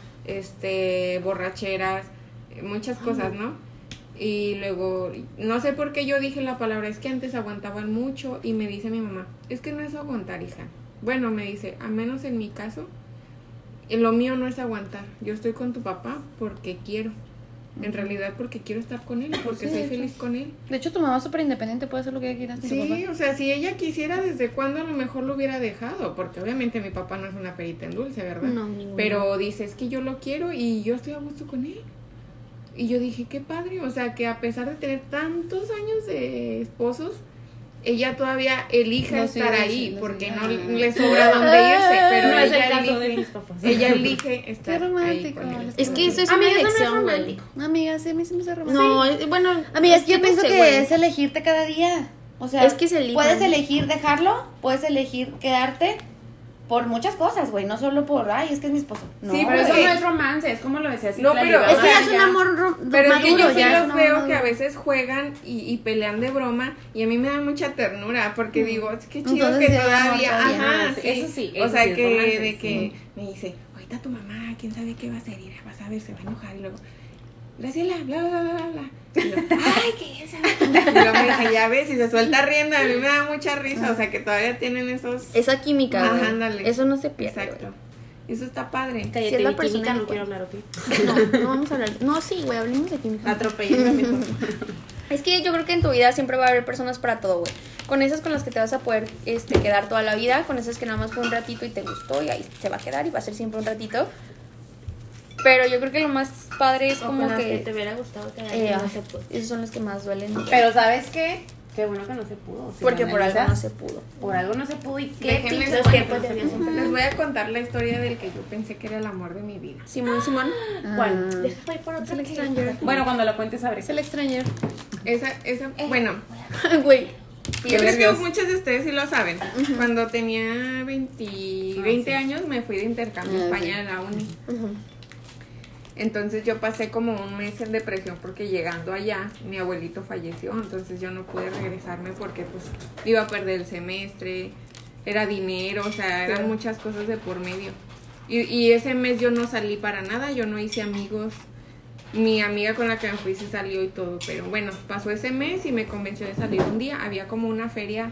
borracheras, muchas cosas, ¿no? Y luego, no sé por qué yo dije la palabra, es que antes aguantaban mucho, y me dice mi mamá, es que no es aguantar, hija. Bueno, me dice, al menos en mi caso, lo mío no es aguantar. Yo estoy con tu papá porque quiero. En realidad porque quiero estar con él, porque Sí, soy de hecho. feliz con él. De hecho, tu mamá es súper independiente, puede hacer lo que ella quiera. sin su Sí, papá. o sea, si ella quisiera, ¿desde cuándo a lo mejor lo hubiera dejado? Porque obviamente mi papá no es una perita en dulce, ¿verdad? No, ninguno. Pero dice, es que yo lo quiero y yo estoy a gusto con él. Y yo dije, qué padre, o sea, que a pesar de tener tantos años de esposos, ella todavía elige No, estar sí, ahí, sí, porque sí. no le sobra dónde irse, pero No es el ella caso de elige, mis papás. ella elige estar Qué ahí romántico. con él. Es que eso es Amiga, una eso no es elección, güey. romántico. Amiga, sí, a mí sí me hace romántico. No, bueno. Amiga, es que yo no pienso sé, que güey. es elegirte cada día. O sea, Es que se eligen. puedes elegir dejarlo, puedes elegir quedarte por muchas cosas, güey. No solo por, ay, es que es mi esposo. No, Sí, Pero pues eso sí. no es romance, es como lo decía No, Citlali, pero ¿verdad? es que ya es un Ya. amor Pero maduro, es que yo sí ya es un los amor veo maduro. que a veces juegan y pelean de broma y a mí me da mucha ternura porque digo, es que chido Entonces que sí hay amor todavía, todavía. ajá, Ah, sí, eso sí, o eso sea sí, es que romance, de sí. que me dice, ahorita tu mamá, quién sabe qué va a hacer, y vas a ver, se va a enojar, y luego, Graciela, bla, bla, bla, bla, bla. Y yo, ay, ¿qué es eso? Y luego me dice, ya ves, y se suelta riendo, a mí me da mucha risa, o sea, que todavía tienen esos... Esa química, Ajá, güey. ándale. Eso no se pierde, Exacto. Eso está padre. Cállate, Si es la mi persona química, no adecuada. quiero hablar, ¿ok? güey. No vamos a hablar. No, sí, güey, hablemos de química. Atropellenme mejor. Es que yo creo que en tu vida siempre va a haber personas para todo, güey. Con esas con las que te vas a poder quedar toda la vida, con esas que nada más fue un ratito y te gustó y ahí se va a quedar y va a ser siempre un ratito. Pero yo creo que lo más padre es O como con las que... que te hubiera gustado quedar y no se pudo. esos son los que más duelen. Pero ¿sabes qué? Qué bueno que no se pudo. Si Porque lo por algo no analizas, se pudo. Por algo no se pudo y qué Déjenles pinches cuento. tiempos de avión son Les voy a contar la historia del que yo pensé que era el amor de mi vida. Simón. ¿Cuál? Déjame ir por Es otra el que- extranjero. Bueno, cuando lo cuentes sabré. Es el extranjero. Esa, bueno, Güey. yo creo que muchos de ustedes sí lo saben. Cuando tenía 20 años me fui de intercambio a España de la uni. Entonces yo pasé como un mes en depresión porque llegando allá mi abuelito falleció, entonces yo no pude regresarme porque pues iba a perder el semestre, era dinero, o sea, eran muchas cosas de por medio. Y ese mes yo no salí para nada, yo no hice amigos. Mi amiga con la que me fui se salió y todo, pero bueno, pasó ese mes y me convenció de salir un día. Había como una feria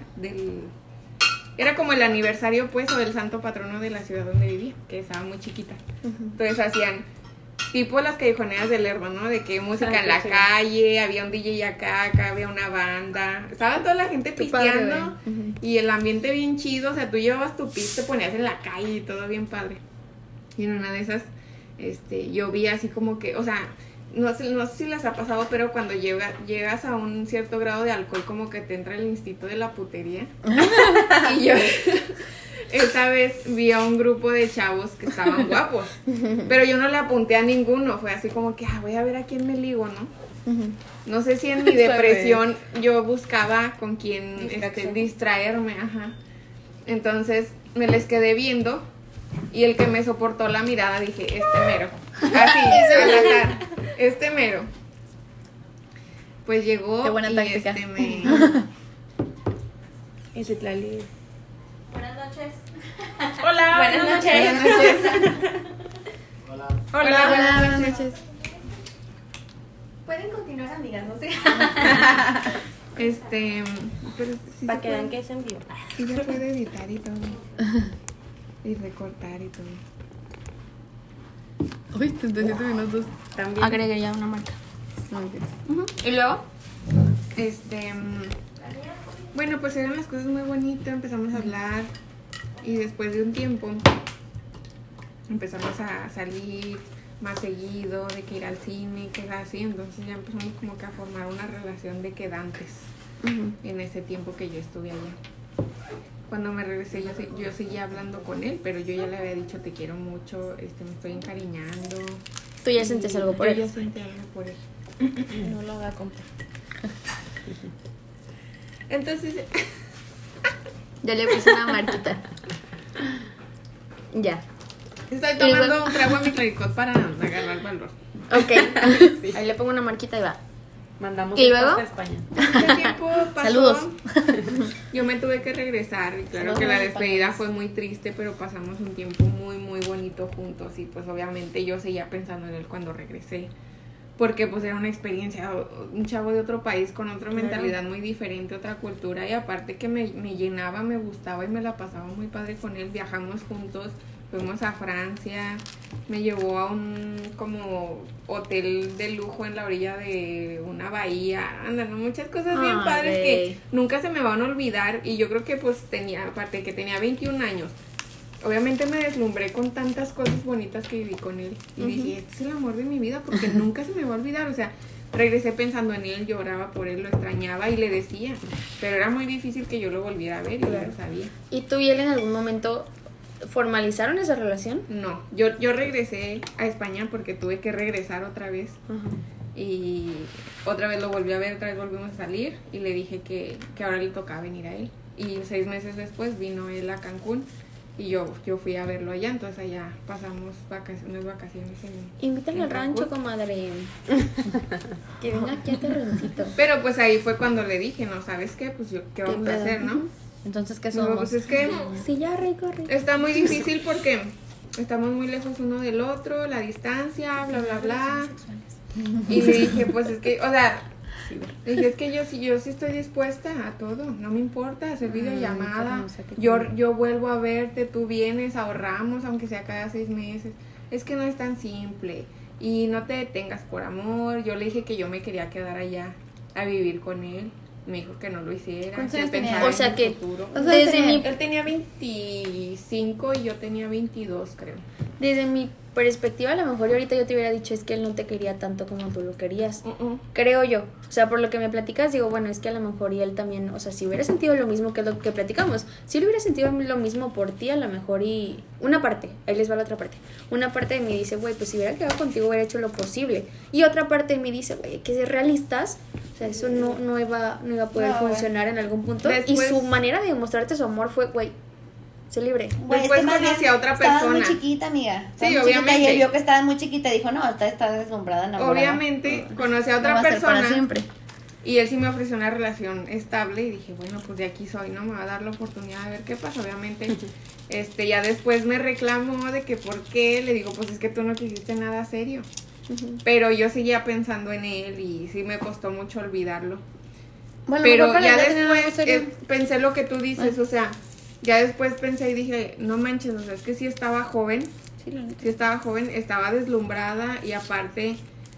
era como el aniversario pues o del santo patrono de la ciudad donde vivía, que estaba muy chiquita. Entonces hacían tipo las callejoneras del Lerdo, ¿no? De que música en la calle, había un DJ acá había una banda, estaba toda la gente Qué padre, pisteando y el ambiente bien chido, o sea, tú llevabas tu pis, te ponías en la calle y todo bien padre. Y en una de esas, yo vi así como que, o sea, no sé si les ha pasado, pero cuando llegas a un cierto grado de alcohol, como que te entra el instinto de la putería. Y yo esa vez vi a un grupo de chavos que estaban guapos, pero yo no le apunté a ninguno, fue así como que, voy a ver a quién me ligo, ¿no? No sé si en mi depresión yo buscaba con quién distraerme, ajá. Entonces me les quedé viendo y el que me soportó la mirada dije, mero. Así, al azar, mero. Pues llegó Qué buena y táctica. Ese Tlali. Buenas noches. Hola, Buenas noches. Buenas noches. Hola. Hola, Buenas noches. Pueden continuar, amigas, no sé. Pero sí Para se que vean puede- que es en vivo. sí se puede editar y todo. Y recortar y todo. Uy, 37 minutos. También. Agregué ya una marca. Y luego, bueno, pues eran las cosas muy bonitas, empezamos a hablar y después de un tiempo empezamos a salir más seguido, de que ir al cine, que era así, entonces ya empezamos como que a formar una relación de quedantes en ese tiempo que yo estuve allá. Cuando me regresé yo seguía hablando con él, pero yo ya le había dicho te quiero mucho, me estoy encariñando. Tú ya sientes algo por Yo él. ya sentí algo por él. No lo voy a comprar. Entonces, Ya le puse una marquita. Ya. estoy tomando un trago a mi clericot para agarrar valor. Ok. Ahí le pongo una marquita y va. Mandamos ¿Y un luego? post a España. Este tiempo pasó. Saludos. Yo me tuve que regresar y claro que la despedida fue muy triste, pero pasamos un tiempo muy, muy bonito juntos y pues obviamente yo seguía pensando en él cuando regresé. Porque pues era una experiencia, un chavo de otro país con otra mentalidad muy diferente, otra cultura y aparte que me llenaba, me gustaba y me la pasaba muy padre con él. Viajamos juntos, fuimos a Francia, me llevó a un como hotel de lujo en la orilla de una bahía, andan muchas cosas bien Ay, padres güey. que nunca se me van a olvidar y yo creo que pues aparte de que tenía 21 años, obviamente me deslumbré con tantas cosas bonitas que viví con él y dije, este es el amor de mi vida porque nunca se me va a olvidar, o sea, regresé pensando en él, lloraba por él, lo extrañaba y le decía, pero era muy difícil que yo lo volviera a ver y yo lo sabía. ¿Y tú y él en algún momento formalizaron esa relación? No, yo regresé a España porque tuve que regresar otra vez y otra vez lo volví a ver, otra vez volvimos a salir y le dije que ahora le tocaba venir a él y 6 meses después vino él a Cancún y yo fui a verlo allá, entonces allá pasamos unas vacaciones Invítame en al rancho, Cancún. comadre. Que venga aquí a Terrencito. Pero pues ahí fue cuando le dije, no, ¿sabes qué? Pues ¿qué vamos a pedo? hacer, no? Entonces, ¿qué Digo, somos? pues es que Sí, ya, rico. está muy difícil porque estamos muy lejos uno del otro, la distancia, bla, bla, bla. Y le dije, pues es que, o sea, le dije, es que yo sí estoy dispuesta a todo, no me importa hacer videollamada, yo vuelvo a verte, tú vienes, ahorramos, aunque sea cada 6 meses. Es que no es tan simple y no te detengas por amor. Yo le dije que yo me quería quedar allá a vivir con él. Me dijo que no lo hiciera. ¿Cuántos Que años tenía? pensara O en sea el que futuro. desde mi Él tenía 25 y yo tenía 22, creo. Desde mi perspectiva, a lo mejor ahorita yo te hubiera dicho es que él no te quería tanto como tú lo querías. Creo yo. O sea, por lo que me platicas, digo, bueno, es que a lo mejor y él también, o sea, si hubiera sentido lo mismo que lo que platicamos, si él hubiera sentido lo mismo por ti, a lo mejor y una parte, ahí les va la otra parte. Una parte de mí dice, güey, pues si hubiera quedado contigo hubiera hecho lo posible. Y otra parte de mí dice, güey, hay que ser realistas. O sea, eso no iba a poder funcionar en algún punto. Después- y su manera de demostrarte su amor fue, güey, sé libre. Güey, Después más conocí bien a otra Estabas muy persona. chiquita, amiga. Sí, Estabas muy chiquita, obviamente. y él vio que estabas muy chiquita y dijo, no, esta está deslumbrada, enamorada. Obviamente, conocí a No otra va a ser para persona siempre. y él sí me ofreció una relación estable y dije, bueno, pues de aquí soy, ¿no? Me va a dar la oportunidad de ver qué pasa. Obviamente, ya después me reclamó de que por qué. Le digo, pues es que tú no quisiste nada serio. Pero yo seguía pensando en él y sí me costó mucho olvidarlo. Bueno, Pero mejor para ya no tener algo después serio. pensé lo que tú dices, o sea, ya después pensé y dije, no manches, o sea, es que sí estaba joven, estaba deslumbrada y aparte,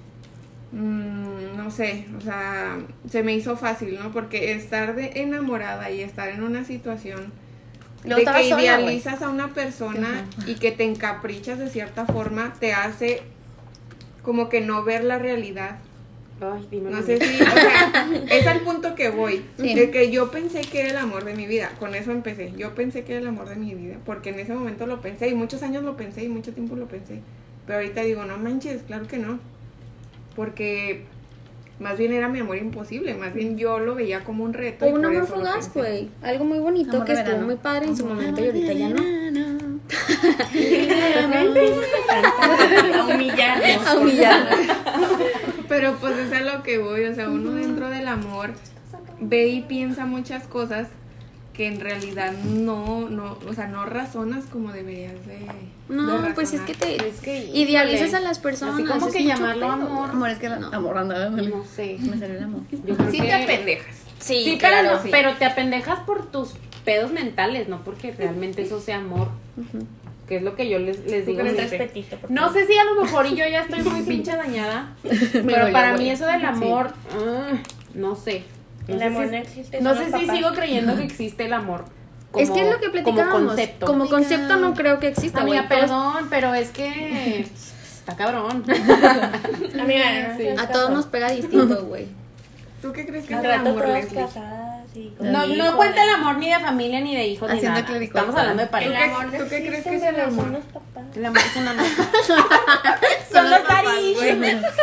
no sé, o sea, se me hizo fácil, ¿no? Porque estar enamorada y estar en una situación Luego de estaba que sola, idealizas a una persona y que te encaprichas de cierta forma, te hace como que no ver la realidad. Ay, dímelo. No sé si, o sea, es al punto que voy, Sí. de que yo pensé que era el amor de mi vida, con eso empecé, yo pensé que era el amor de mi vida, porque en ese momento lo pensé, y muchos años lo pensé, y mucho tiempo lo pensé, pero ahorita digo, no manches, claro que no, porque más bien era mi amor imposible, más bien yo lo veía como un reto. O y un por amor eso lo fugaz, pensé. güey. Algo muy bonito Amor que de estuvo verano. muy padre en su momento y ahorita ya no. A humillarnos. A humillarnos. Pero pues es a lo que voy, o sea, uno dentro del amor ve y piensa muchas cosas que en realidad no, o sea, no razonas como deberías de No, pues es razonar. que te Es que, idealizas híjole, a las personas. así como es que mucho llamarlo pedo, amor. Amor, es que amor, anda, No sé. me salió el amor. Yo creo Sí que te apendejas. Sí, Sí, claro, pero, sí. pero te apendejas por tus pedos mentales, no porque realmente eso sea amor. Que es lo que yo les digo. Un siempre. respetito. por No favor. sé si a lo mejor y yo ya estoy muy pinche dañada, pero dolió, para güey. mí eso del amor, no sé. El sé amor si- no existe. No son sé los si papás. sigo creyendo que existe el amor. Es que es lo que platicábamos. Como concepto. Como concepto no creo que exista, güey. Amiga, perdón, pero es que está cabrón. Amiga, Sí. A todos nos pega distinto, güey. ¿Tú qué crees que es Al el rato amor, todas Leslie? casadas y con No, hijos. no cuenta el amor ni de familia, ni de hijos, ni Haciendo nada. clerical. Estamos hablando de ¿Tú pareja. qué- El amor no tú qué crees existe, que es el bebé, amor? son los papás. El amor es una amor. Son los papás, daddy güey.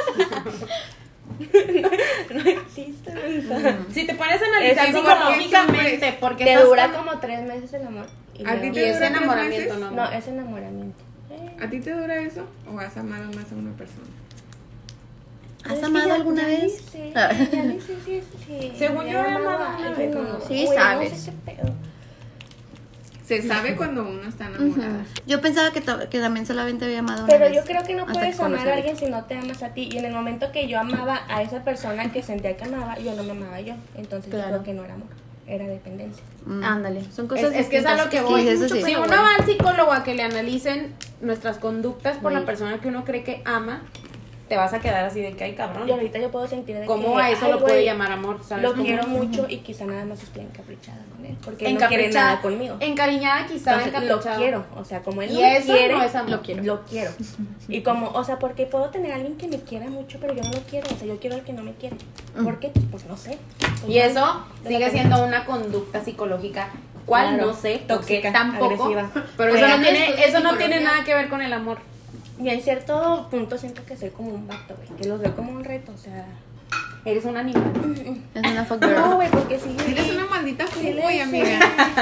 No existe, hija. Si te pones a analizar Es como- psicológicamente, porque Te estás dura con- como 3 meses el amor. Y ¿A ti luego- te Y es dura 3 enamoramiento, meses? ¿no? No, es enamoramiento. ¿A ti te dura eso o has amado más a una persona? ¿Has Es que amado ya- alguna ya vez? dice, Ah. ya dice, sí. Según Ya yo, he amaba amado a una alguien, vez, no, ¿no? Sí, güey, no sabes. sé qué pedo. Se sabe cuando uno está enamorada. Yo pensaba que también solamente había amado una Pero vez. yo creo que no hasta puedes amar conocí a alguien si no te amas a ti. Y en el momento que yo amaba a esa persona que sentía que amaba, yo no me amaba yo. Entonces Claro. yo creo que no era amor, era dependencia. Ándale, son cosas Es que es a lo que distintas. voy. Sí, eso sí. Si uno va al psicólogo a que le analicen nuestras conductas por la persona que uno cree que ama, te vas a quedar así de que, ay, cabrón. Y ahorita yo puedo sentir de ¿Cómo que, a eso ay, lo puede güey, llamar amor? ¿Sabes Lo cómo? quiero mucho y quizá nada más estoy encaprichada con él. Porque no quiere Encaprichada. nada conmigo. Encariñada quizá, Entonces, lo encaprichada. quiero, o sea, como él Y no me eso quiere, no es amor. lo quiero. Y como, o sea, porque puedo tener a alguien que me quiera mucho, pero yo no lo quiero, o sea, yo quiero al que no me quiere. ¿Por qué? Pues no sé. Pues Y eso de sigue la siendo una conducta psicológica. ¿Cuál? Claro. No sé. Tóxica, Tampoco. agresiva. Pero Pues eso no ya tiene, estudias eso no tiene psicología. nada que ver con el amor. Y en cierto punto siento que soy como un vato, güey, que los veo como un reto, o sea... Eres un animal. Es una fuck No, girl. güey, porque sí. Eres una maldita sí le fuckboy, sé. amiga.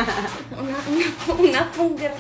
Una funga.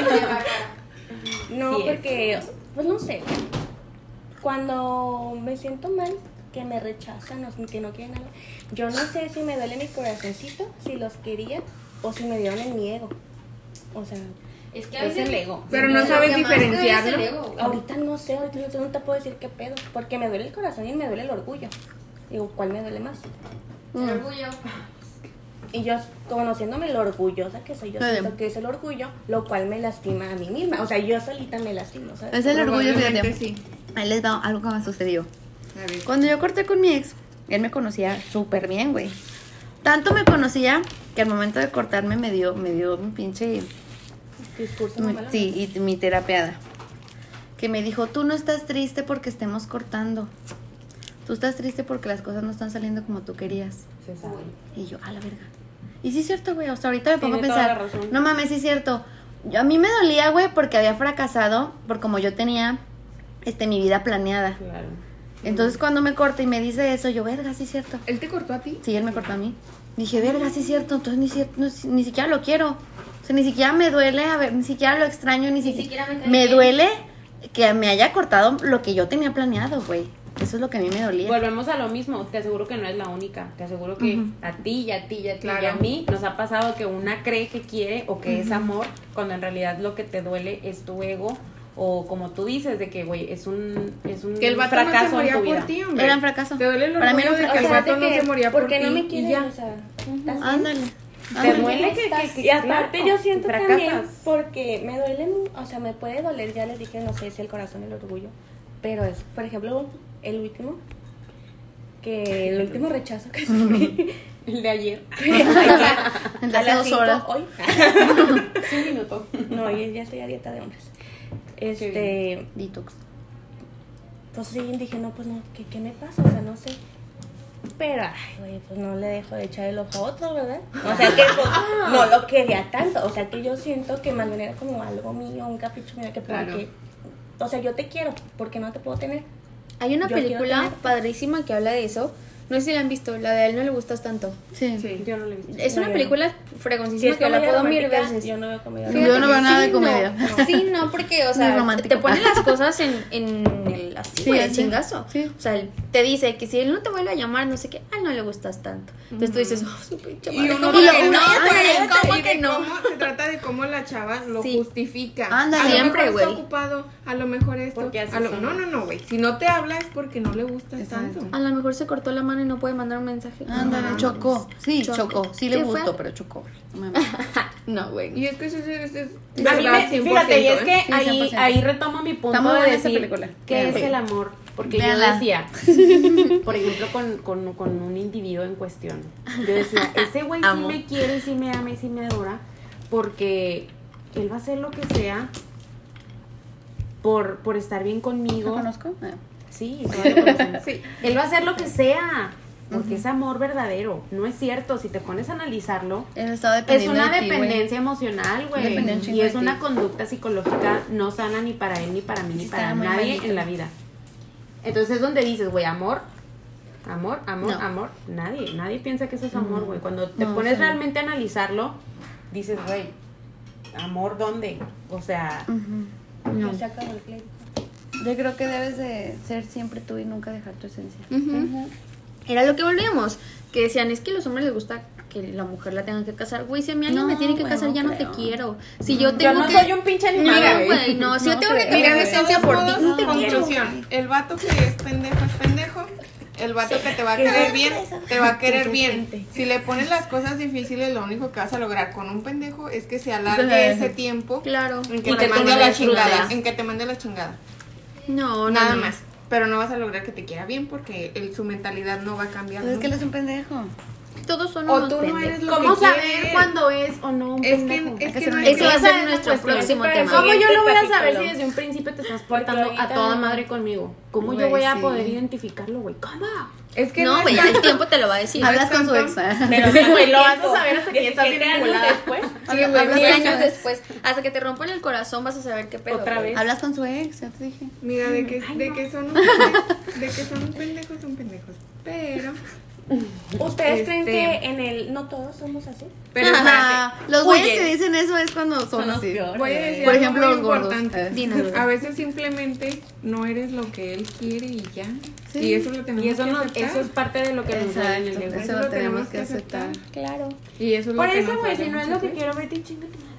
No, Sí es. porque, pues no sé. Cuando me siento mal, que me rechazan o que no quieren nada, yo no sé si me duele mi corazoncito, si los quería o si me dieron en mi ego. O sea, Es que Es el ego. Pero no sabes diferenciarlo. Ahorita no sé, ahorita no te puedo decir qué pedo. Porque me duele el corazón y me duele el orgullo. Digo, ¿cuál me duele más? El orgullo. Y yo, conociéndome lo orgullosa que soy, yo siento que es el orgullo, lo cual me lastima a mí misma. O sea, yo solita me lastimo, ¿sabes? Es el orgullo, Probablemente fíjate. sí. Ahí les va algo que me sucedió. A ver. Cuando yo corté con mi ex, él me conocía súper bien, güey. Tanto me conocía que al momento de cortarme me dio mi pinche... Discurso mamá. Sí, y mi terapeada. Que me dijo, tú no estás triste porque estemos cortando. Tú estás triste porque las cosas no están saliendo como tú querías. Se sabe. Y yo, a la verga. Y sí es cierto, güey. Hasta ahorita me pongo a Tiene toda pensar, la razón. no mames, sí es cierto. A mí me dolía, güey, porque había fracasado por como yo tenía mi vida planeada. Claro. Entonces cuando me corta y me dice eso, yo, verga, sí es cierto. ¿Él te cortó a ti? Sí, él me cortó a mí. Dije, verga, sí es cierto. Entonces ni siquiera lo quiero. O sea, ni siquiera me duele, a ver, ni siquiera lo extraño, ni siquiera siquiera me cae me bien. duele que me haya cortado lo que yo tenía planeado, güey. Eso es lo que a mí me dolía. Volvemos a lo mismo, te aseguro que no es la única, te aseguro que a ti y a ti y a ti Claro. y a mí nos ha pasado que una cree que quiere o que es amor, cuando en realidad lo que te duele es tu ego o como tú dices de que güey es un Que el vato no se fracaso en moría tu por vida. ti, hombre. Era un fracaso. Te duele el Para mí era orgullo un de que el fracaso. vato no se moría por porque ti no me y quiere, ya. o sea, ¿estás Ándale. Te ándale. duele que Y aparte claro, yo siento fracasas. también, porque me duele, o sea, me puede doler, ya les dije, no sé si el corazón y el orgullo, pero es, por ejemplo, el último rechazo que sufrí, El de ayer. El de a hace las 2 5 horas. hoy, Un minuto. no, hoy ya estoy a dieta de hombres, Detox. pues sí, dije, no, pues no, ¿qué me pasa? O sea, no sé. Pero, ay, güey, pues no le dejo de echar el ojo a otro, ¿verdad? O sea, que pues, no lo quería tanto. O sea, que yo siento que más bien era como algo mío, un capricho mío, que porque... Claro. O sea, yo te quiero, porque no te puedo tener. Hay una Yo quiero película tener- padrísima que habla de eso. No sé si la han visto, la de A él no le gustas tanto. Sí. Sí. Yo no lo he visto. Es una No, yo película Si fregoncísima es que la comedia puedo mil romántica, veces. yo no veo comedia Fíjate Yo no veo que nada sí, de comedia. No. Sí, no, porque, o Muy sea, romántico. te pone las cosas en el, así, Sí, güey, el así. chingazo. Sí. O sea, él te dice que si él no te vuelve a llamar, no sé qué, a él no le gustas tanto. Entonces tú dices, oh, su pinche Y madre, uno ¿cómo de que que no? güey, ¿Cómo y que de no? cómo se trata de cómo la chava lo Sí. justifica. Ándale. A lo Siempre, mejor está güey. ocupado, a lo mejor esto. Porque así a lo- son. no, güey. Si no te habla es porque no le gustas Exacto. tanto. A lo mejor se cortó la mano y no puede mandar un mensaje. Ándale, No, chocó. Sí, chocó. Sí le ¿Qué gustó, fue? pero chocó. No mames. No, güey. Y es que eso es A mí verdad, fíjate, y es 100%, que ¿eh? Sí, ahí, 100%. ahí retomo mi punto Está muy de buena esa decir película. qué es Véanla. el amor. Porque Véanla. yo decía, por ejemplo, con un individuo en cuestión, yo decía, ese güey sí Amo. me quiere, sí me ama y sí me adora, porque él va a hacer lo que sea por estar bien ¿Lo conmigo. conozco? Sí, todavía lo conocemos. Sí. Él va a hacer lo que sea, porque es amor verdadero. No es cierto, si te pones a analizarlo, Él estaba es dependiendo una de ti, güey. dependencia emocional, güey. Depende un chingo Y es de una ti. conducta psicológica no sana ni para él, ni para mí, ni Está para muy nadie malito. en la vida. Entonces es donde dices, güey, amor, amor, amor, No. amor. Nadie piensa que eso es amor, güey. Cuando te No, pones sí. realmente a analizarlo, dices, güey, ¿amor dónde? O sea, No. Ya se acabó el pleito. Yo creo que debes de ser siempre tú y nunca dejar tu esencia. Ujú. Era lo que volvíamos, que decían, es que a los hombres les gusta que la mujer la tenga que casar. Güey, si a mí alguien No, me tiene que güey, casar, no ya no te creo. quiero. Si yo yo tengo no que... soy un pinche animal, No, güey, no. Si yo No tengo que creo. cambiar mi Mira, de esencia todos por ti, modos, no te quiero. conclusión, el vato que es pendejo. El vato que te va a querer bien, te va a querer bien. Si le pones las cosas difíciles, lo único que vas a lograr con un pendejo es que se alargue ese tiempo Claro. en que Y te que mande tenga la las chingada. crudas. En que te mande la chingada. No, Nada no. más. Pero no vas a lograr que te quiera bien porque su mentalidad no va a cambiar. Pero es que él nunca. es un pendejo. Todos son O unos tú no pendejos. eres lo ¿cómo que saber quieres. cuándo es o no un Es pendejo? que, es que que ser no un- es Ese va a que- ser Esa es la nuestro cuestión. próximo Pero tema. ¿Cómo yo lo voy a Siguiente saber si capítulo. desde un principio te estás Porque portando a ahorita toda no. madre conmigo? ¿Cómo yo Güey, voy a sí. poder identificarlo, güey? ¿Cómo? Es que No, es güey, ya tanto- el tiempo te lo va a decir. Hablas con su tanto- ex. Pero Sí, güey, lo vas a tiempo, saber hasta que ya estás 17 años vinculada. después. Sí, güey, hablas güey. años después. Hasta que te rompan el corazón vas a saber qué pedo. Otra güey. vez. Hablas con su ex, ya te dije. Mira, de que son un pendejos, son pendejos. Pero ¿Ustedes creen Este- que en el... No todos somos así? Pero espérate, Los güeyes Oye. que dicen eso es cuando son los así. peores. voy a decir Por algo ejemplo, muy los gordos. importante. Dinos, güey. A veces simplemente no eres lo que él quiere y ya. Sí. Y eso lo tenemos Y eso, que no, aceptar. eso es parte de lo que nos duele en el Exacto, ego. eso lo lo tenemos que aceptar. Claro. Y eso es Por lo que eso, nos güey, duele si no es muchas lo que veces. quiero, vete y chinga tu madre, güey.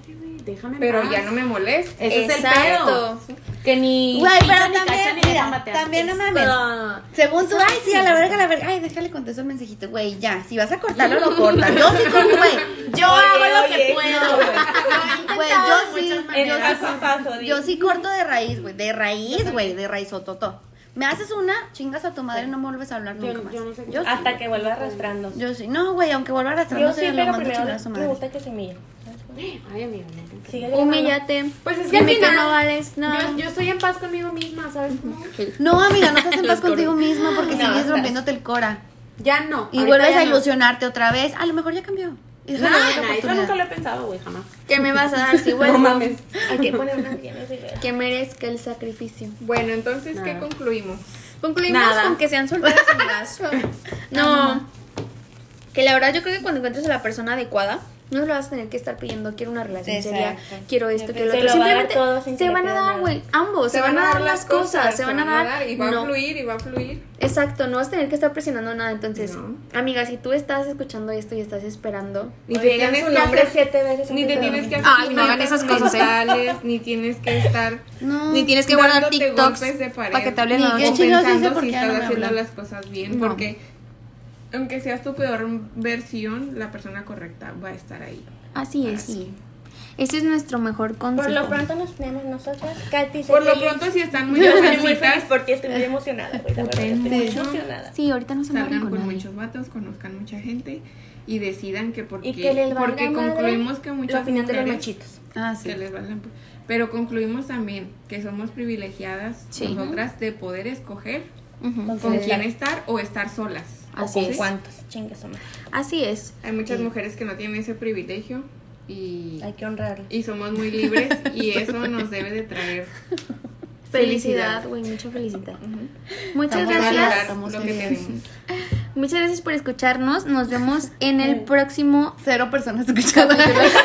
déjame en Pero paz. ya no me molesta. Ese Exacto. es el pedo. Que ni Güey, pero quitan, ni también, cachan, ni dejan mira, batear. también no mames. Ah, Según tú, ay, sí, a la verga. Ay, déjale contesto el mensajito, güey, ya. Si vas a cortarlo, lo cortas. Yo sí corto, güey. Yo hago lo que puedo, güey. Güey, yo sí corto de raíz, güey. De raíz, ototo. Me haces una, chingas a tu madre y no me vuelves a hablar nunca más. yo no sé. Yo sí. Hasta que vuelva arrastrando. Yo sí. No, güey, aunque vuelva arrastrando, Yo sí, se lo pero mando a primero chingar a su me madre. gusta que se humille. Ay, amiga, no. Sigue llamando. humíllate. Pues es que Dime al que final, no vales nada. yo estoy en paz conmigo misma, ¿sabes cómo? No, amiga, no estás en paz contigo misma porque No, sigues estás- rompiéndote el cora. Ya no. Y ahorita vuelves ya a no. ilusionarte otra vez. A lo mejor ya cambió. Y No, déjale otra eso oportunidad. nunca lo he pensado, güey, jamás. ¿Qué me vas a dar si No vuelvo? mames. Hay que poner una tienda de Que merezca el sacrificio. Bueno, entonces, ¿qué Nada. concluimos? Concluimos Nada. con que sean solteras amigas. No. Que la verdad yo creo que cuando encuentres a la persona adecuada, no se lo vas a tener que estar pidiendo, quiero una relación seria, Exacto. quiero esto, quiero lo Se otro. lo va a dar Simplemente todo sin que se le van a pida dar, nada. güey, ambos, se van a dar las cosas, se van a dar. Y va no. a fluir, y va a fluir. Exacto, no vas a tener que estar presionando nada. Entonces, No. amiga, si tú estás escuchando esto y estás esperando, Ni te Oigan tienes su que nombre hacer 7 veces. Ni te antes de tienes que dormir. hacer Ay, no hagan esas cosas, mentales, ni tienes que estar No. ni tienes que guardar dándote TikToks golpes de pared, para que te hablen Ni la qué noche. o chingados hice pensando porque si ya estás no me haciendo habla. las cosas bien, No. porque aunque seas tu peor versión, la persona correcta va a estar ahí. Así es. Ese es nuestro mejor consejo. Por lo pronto nos tenemos nosotras. Katy, Por lo pronto, si están muy yo estoy muy feliz jovencitas, porque estoy muy emocionada, güey. La verdad, estoy muy Sí. emocionada. Sí, ahorita no se salgan mueren con con nadie. muchos vatos, conozcan mucha gente y decidan que porque, Y que les valga porque madre concluimos que la muchas opinión de los mujeres machitos. Ah, sí. que les valgan, pero concluimos también que somos privilegiadas Sí. nosotras de poder escoger Ujú. Con con quién quién estar o estar solas. Así ¿Con es. cuántos? Chingue su madre. Así es. Hay muchas mujeres que no tienen ese privilegio y Hay que honrarlo. somos muy libres y eso nos debe de traer Felicidad, güey, mucha felicidad. Muchas Estamos gracias. valorar Estamos lo que felices. tenemos. Muchas gracias por escucharnos. Nos vemos en el próximo. Cero personas escuchando.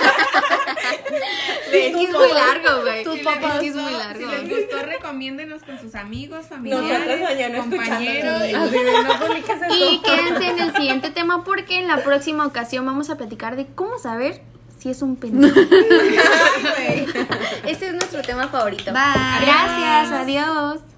Es que es muy largo, güey. Tus Es papás. que es muy Si largo. les gustó, recomiéndenos con sus amigos, Nosotros familiares, mañana compañeros. escuchando. Así de, no publiques eso. Y quédense en el siguiente tema porque en la próxima ocasión vamos a platicar de cómo saber si es un pendejo. Este es nuestro tema favorito. Bye. Gracias, adiós.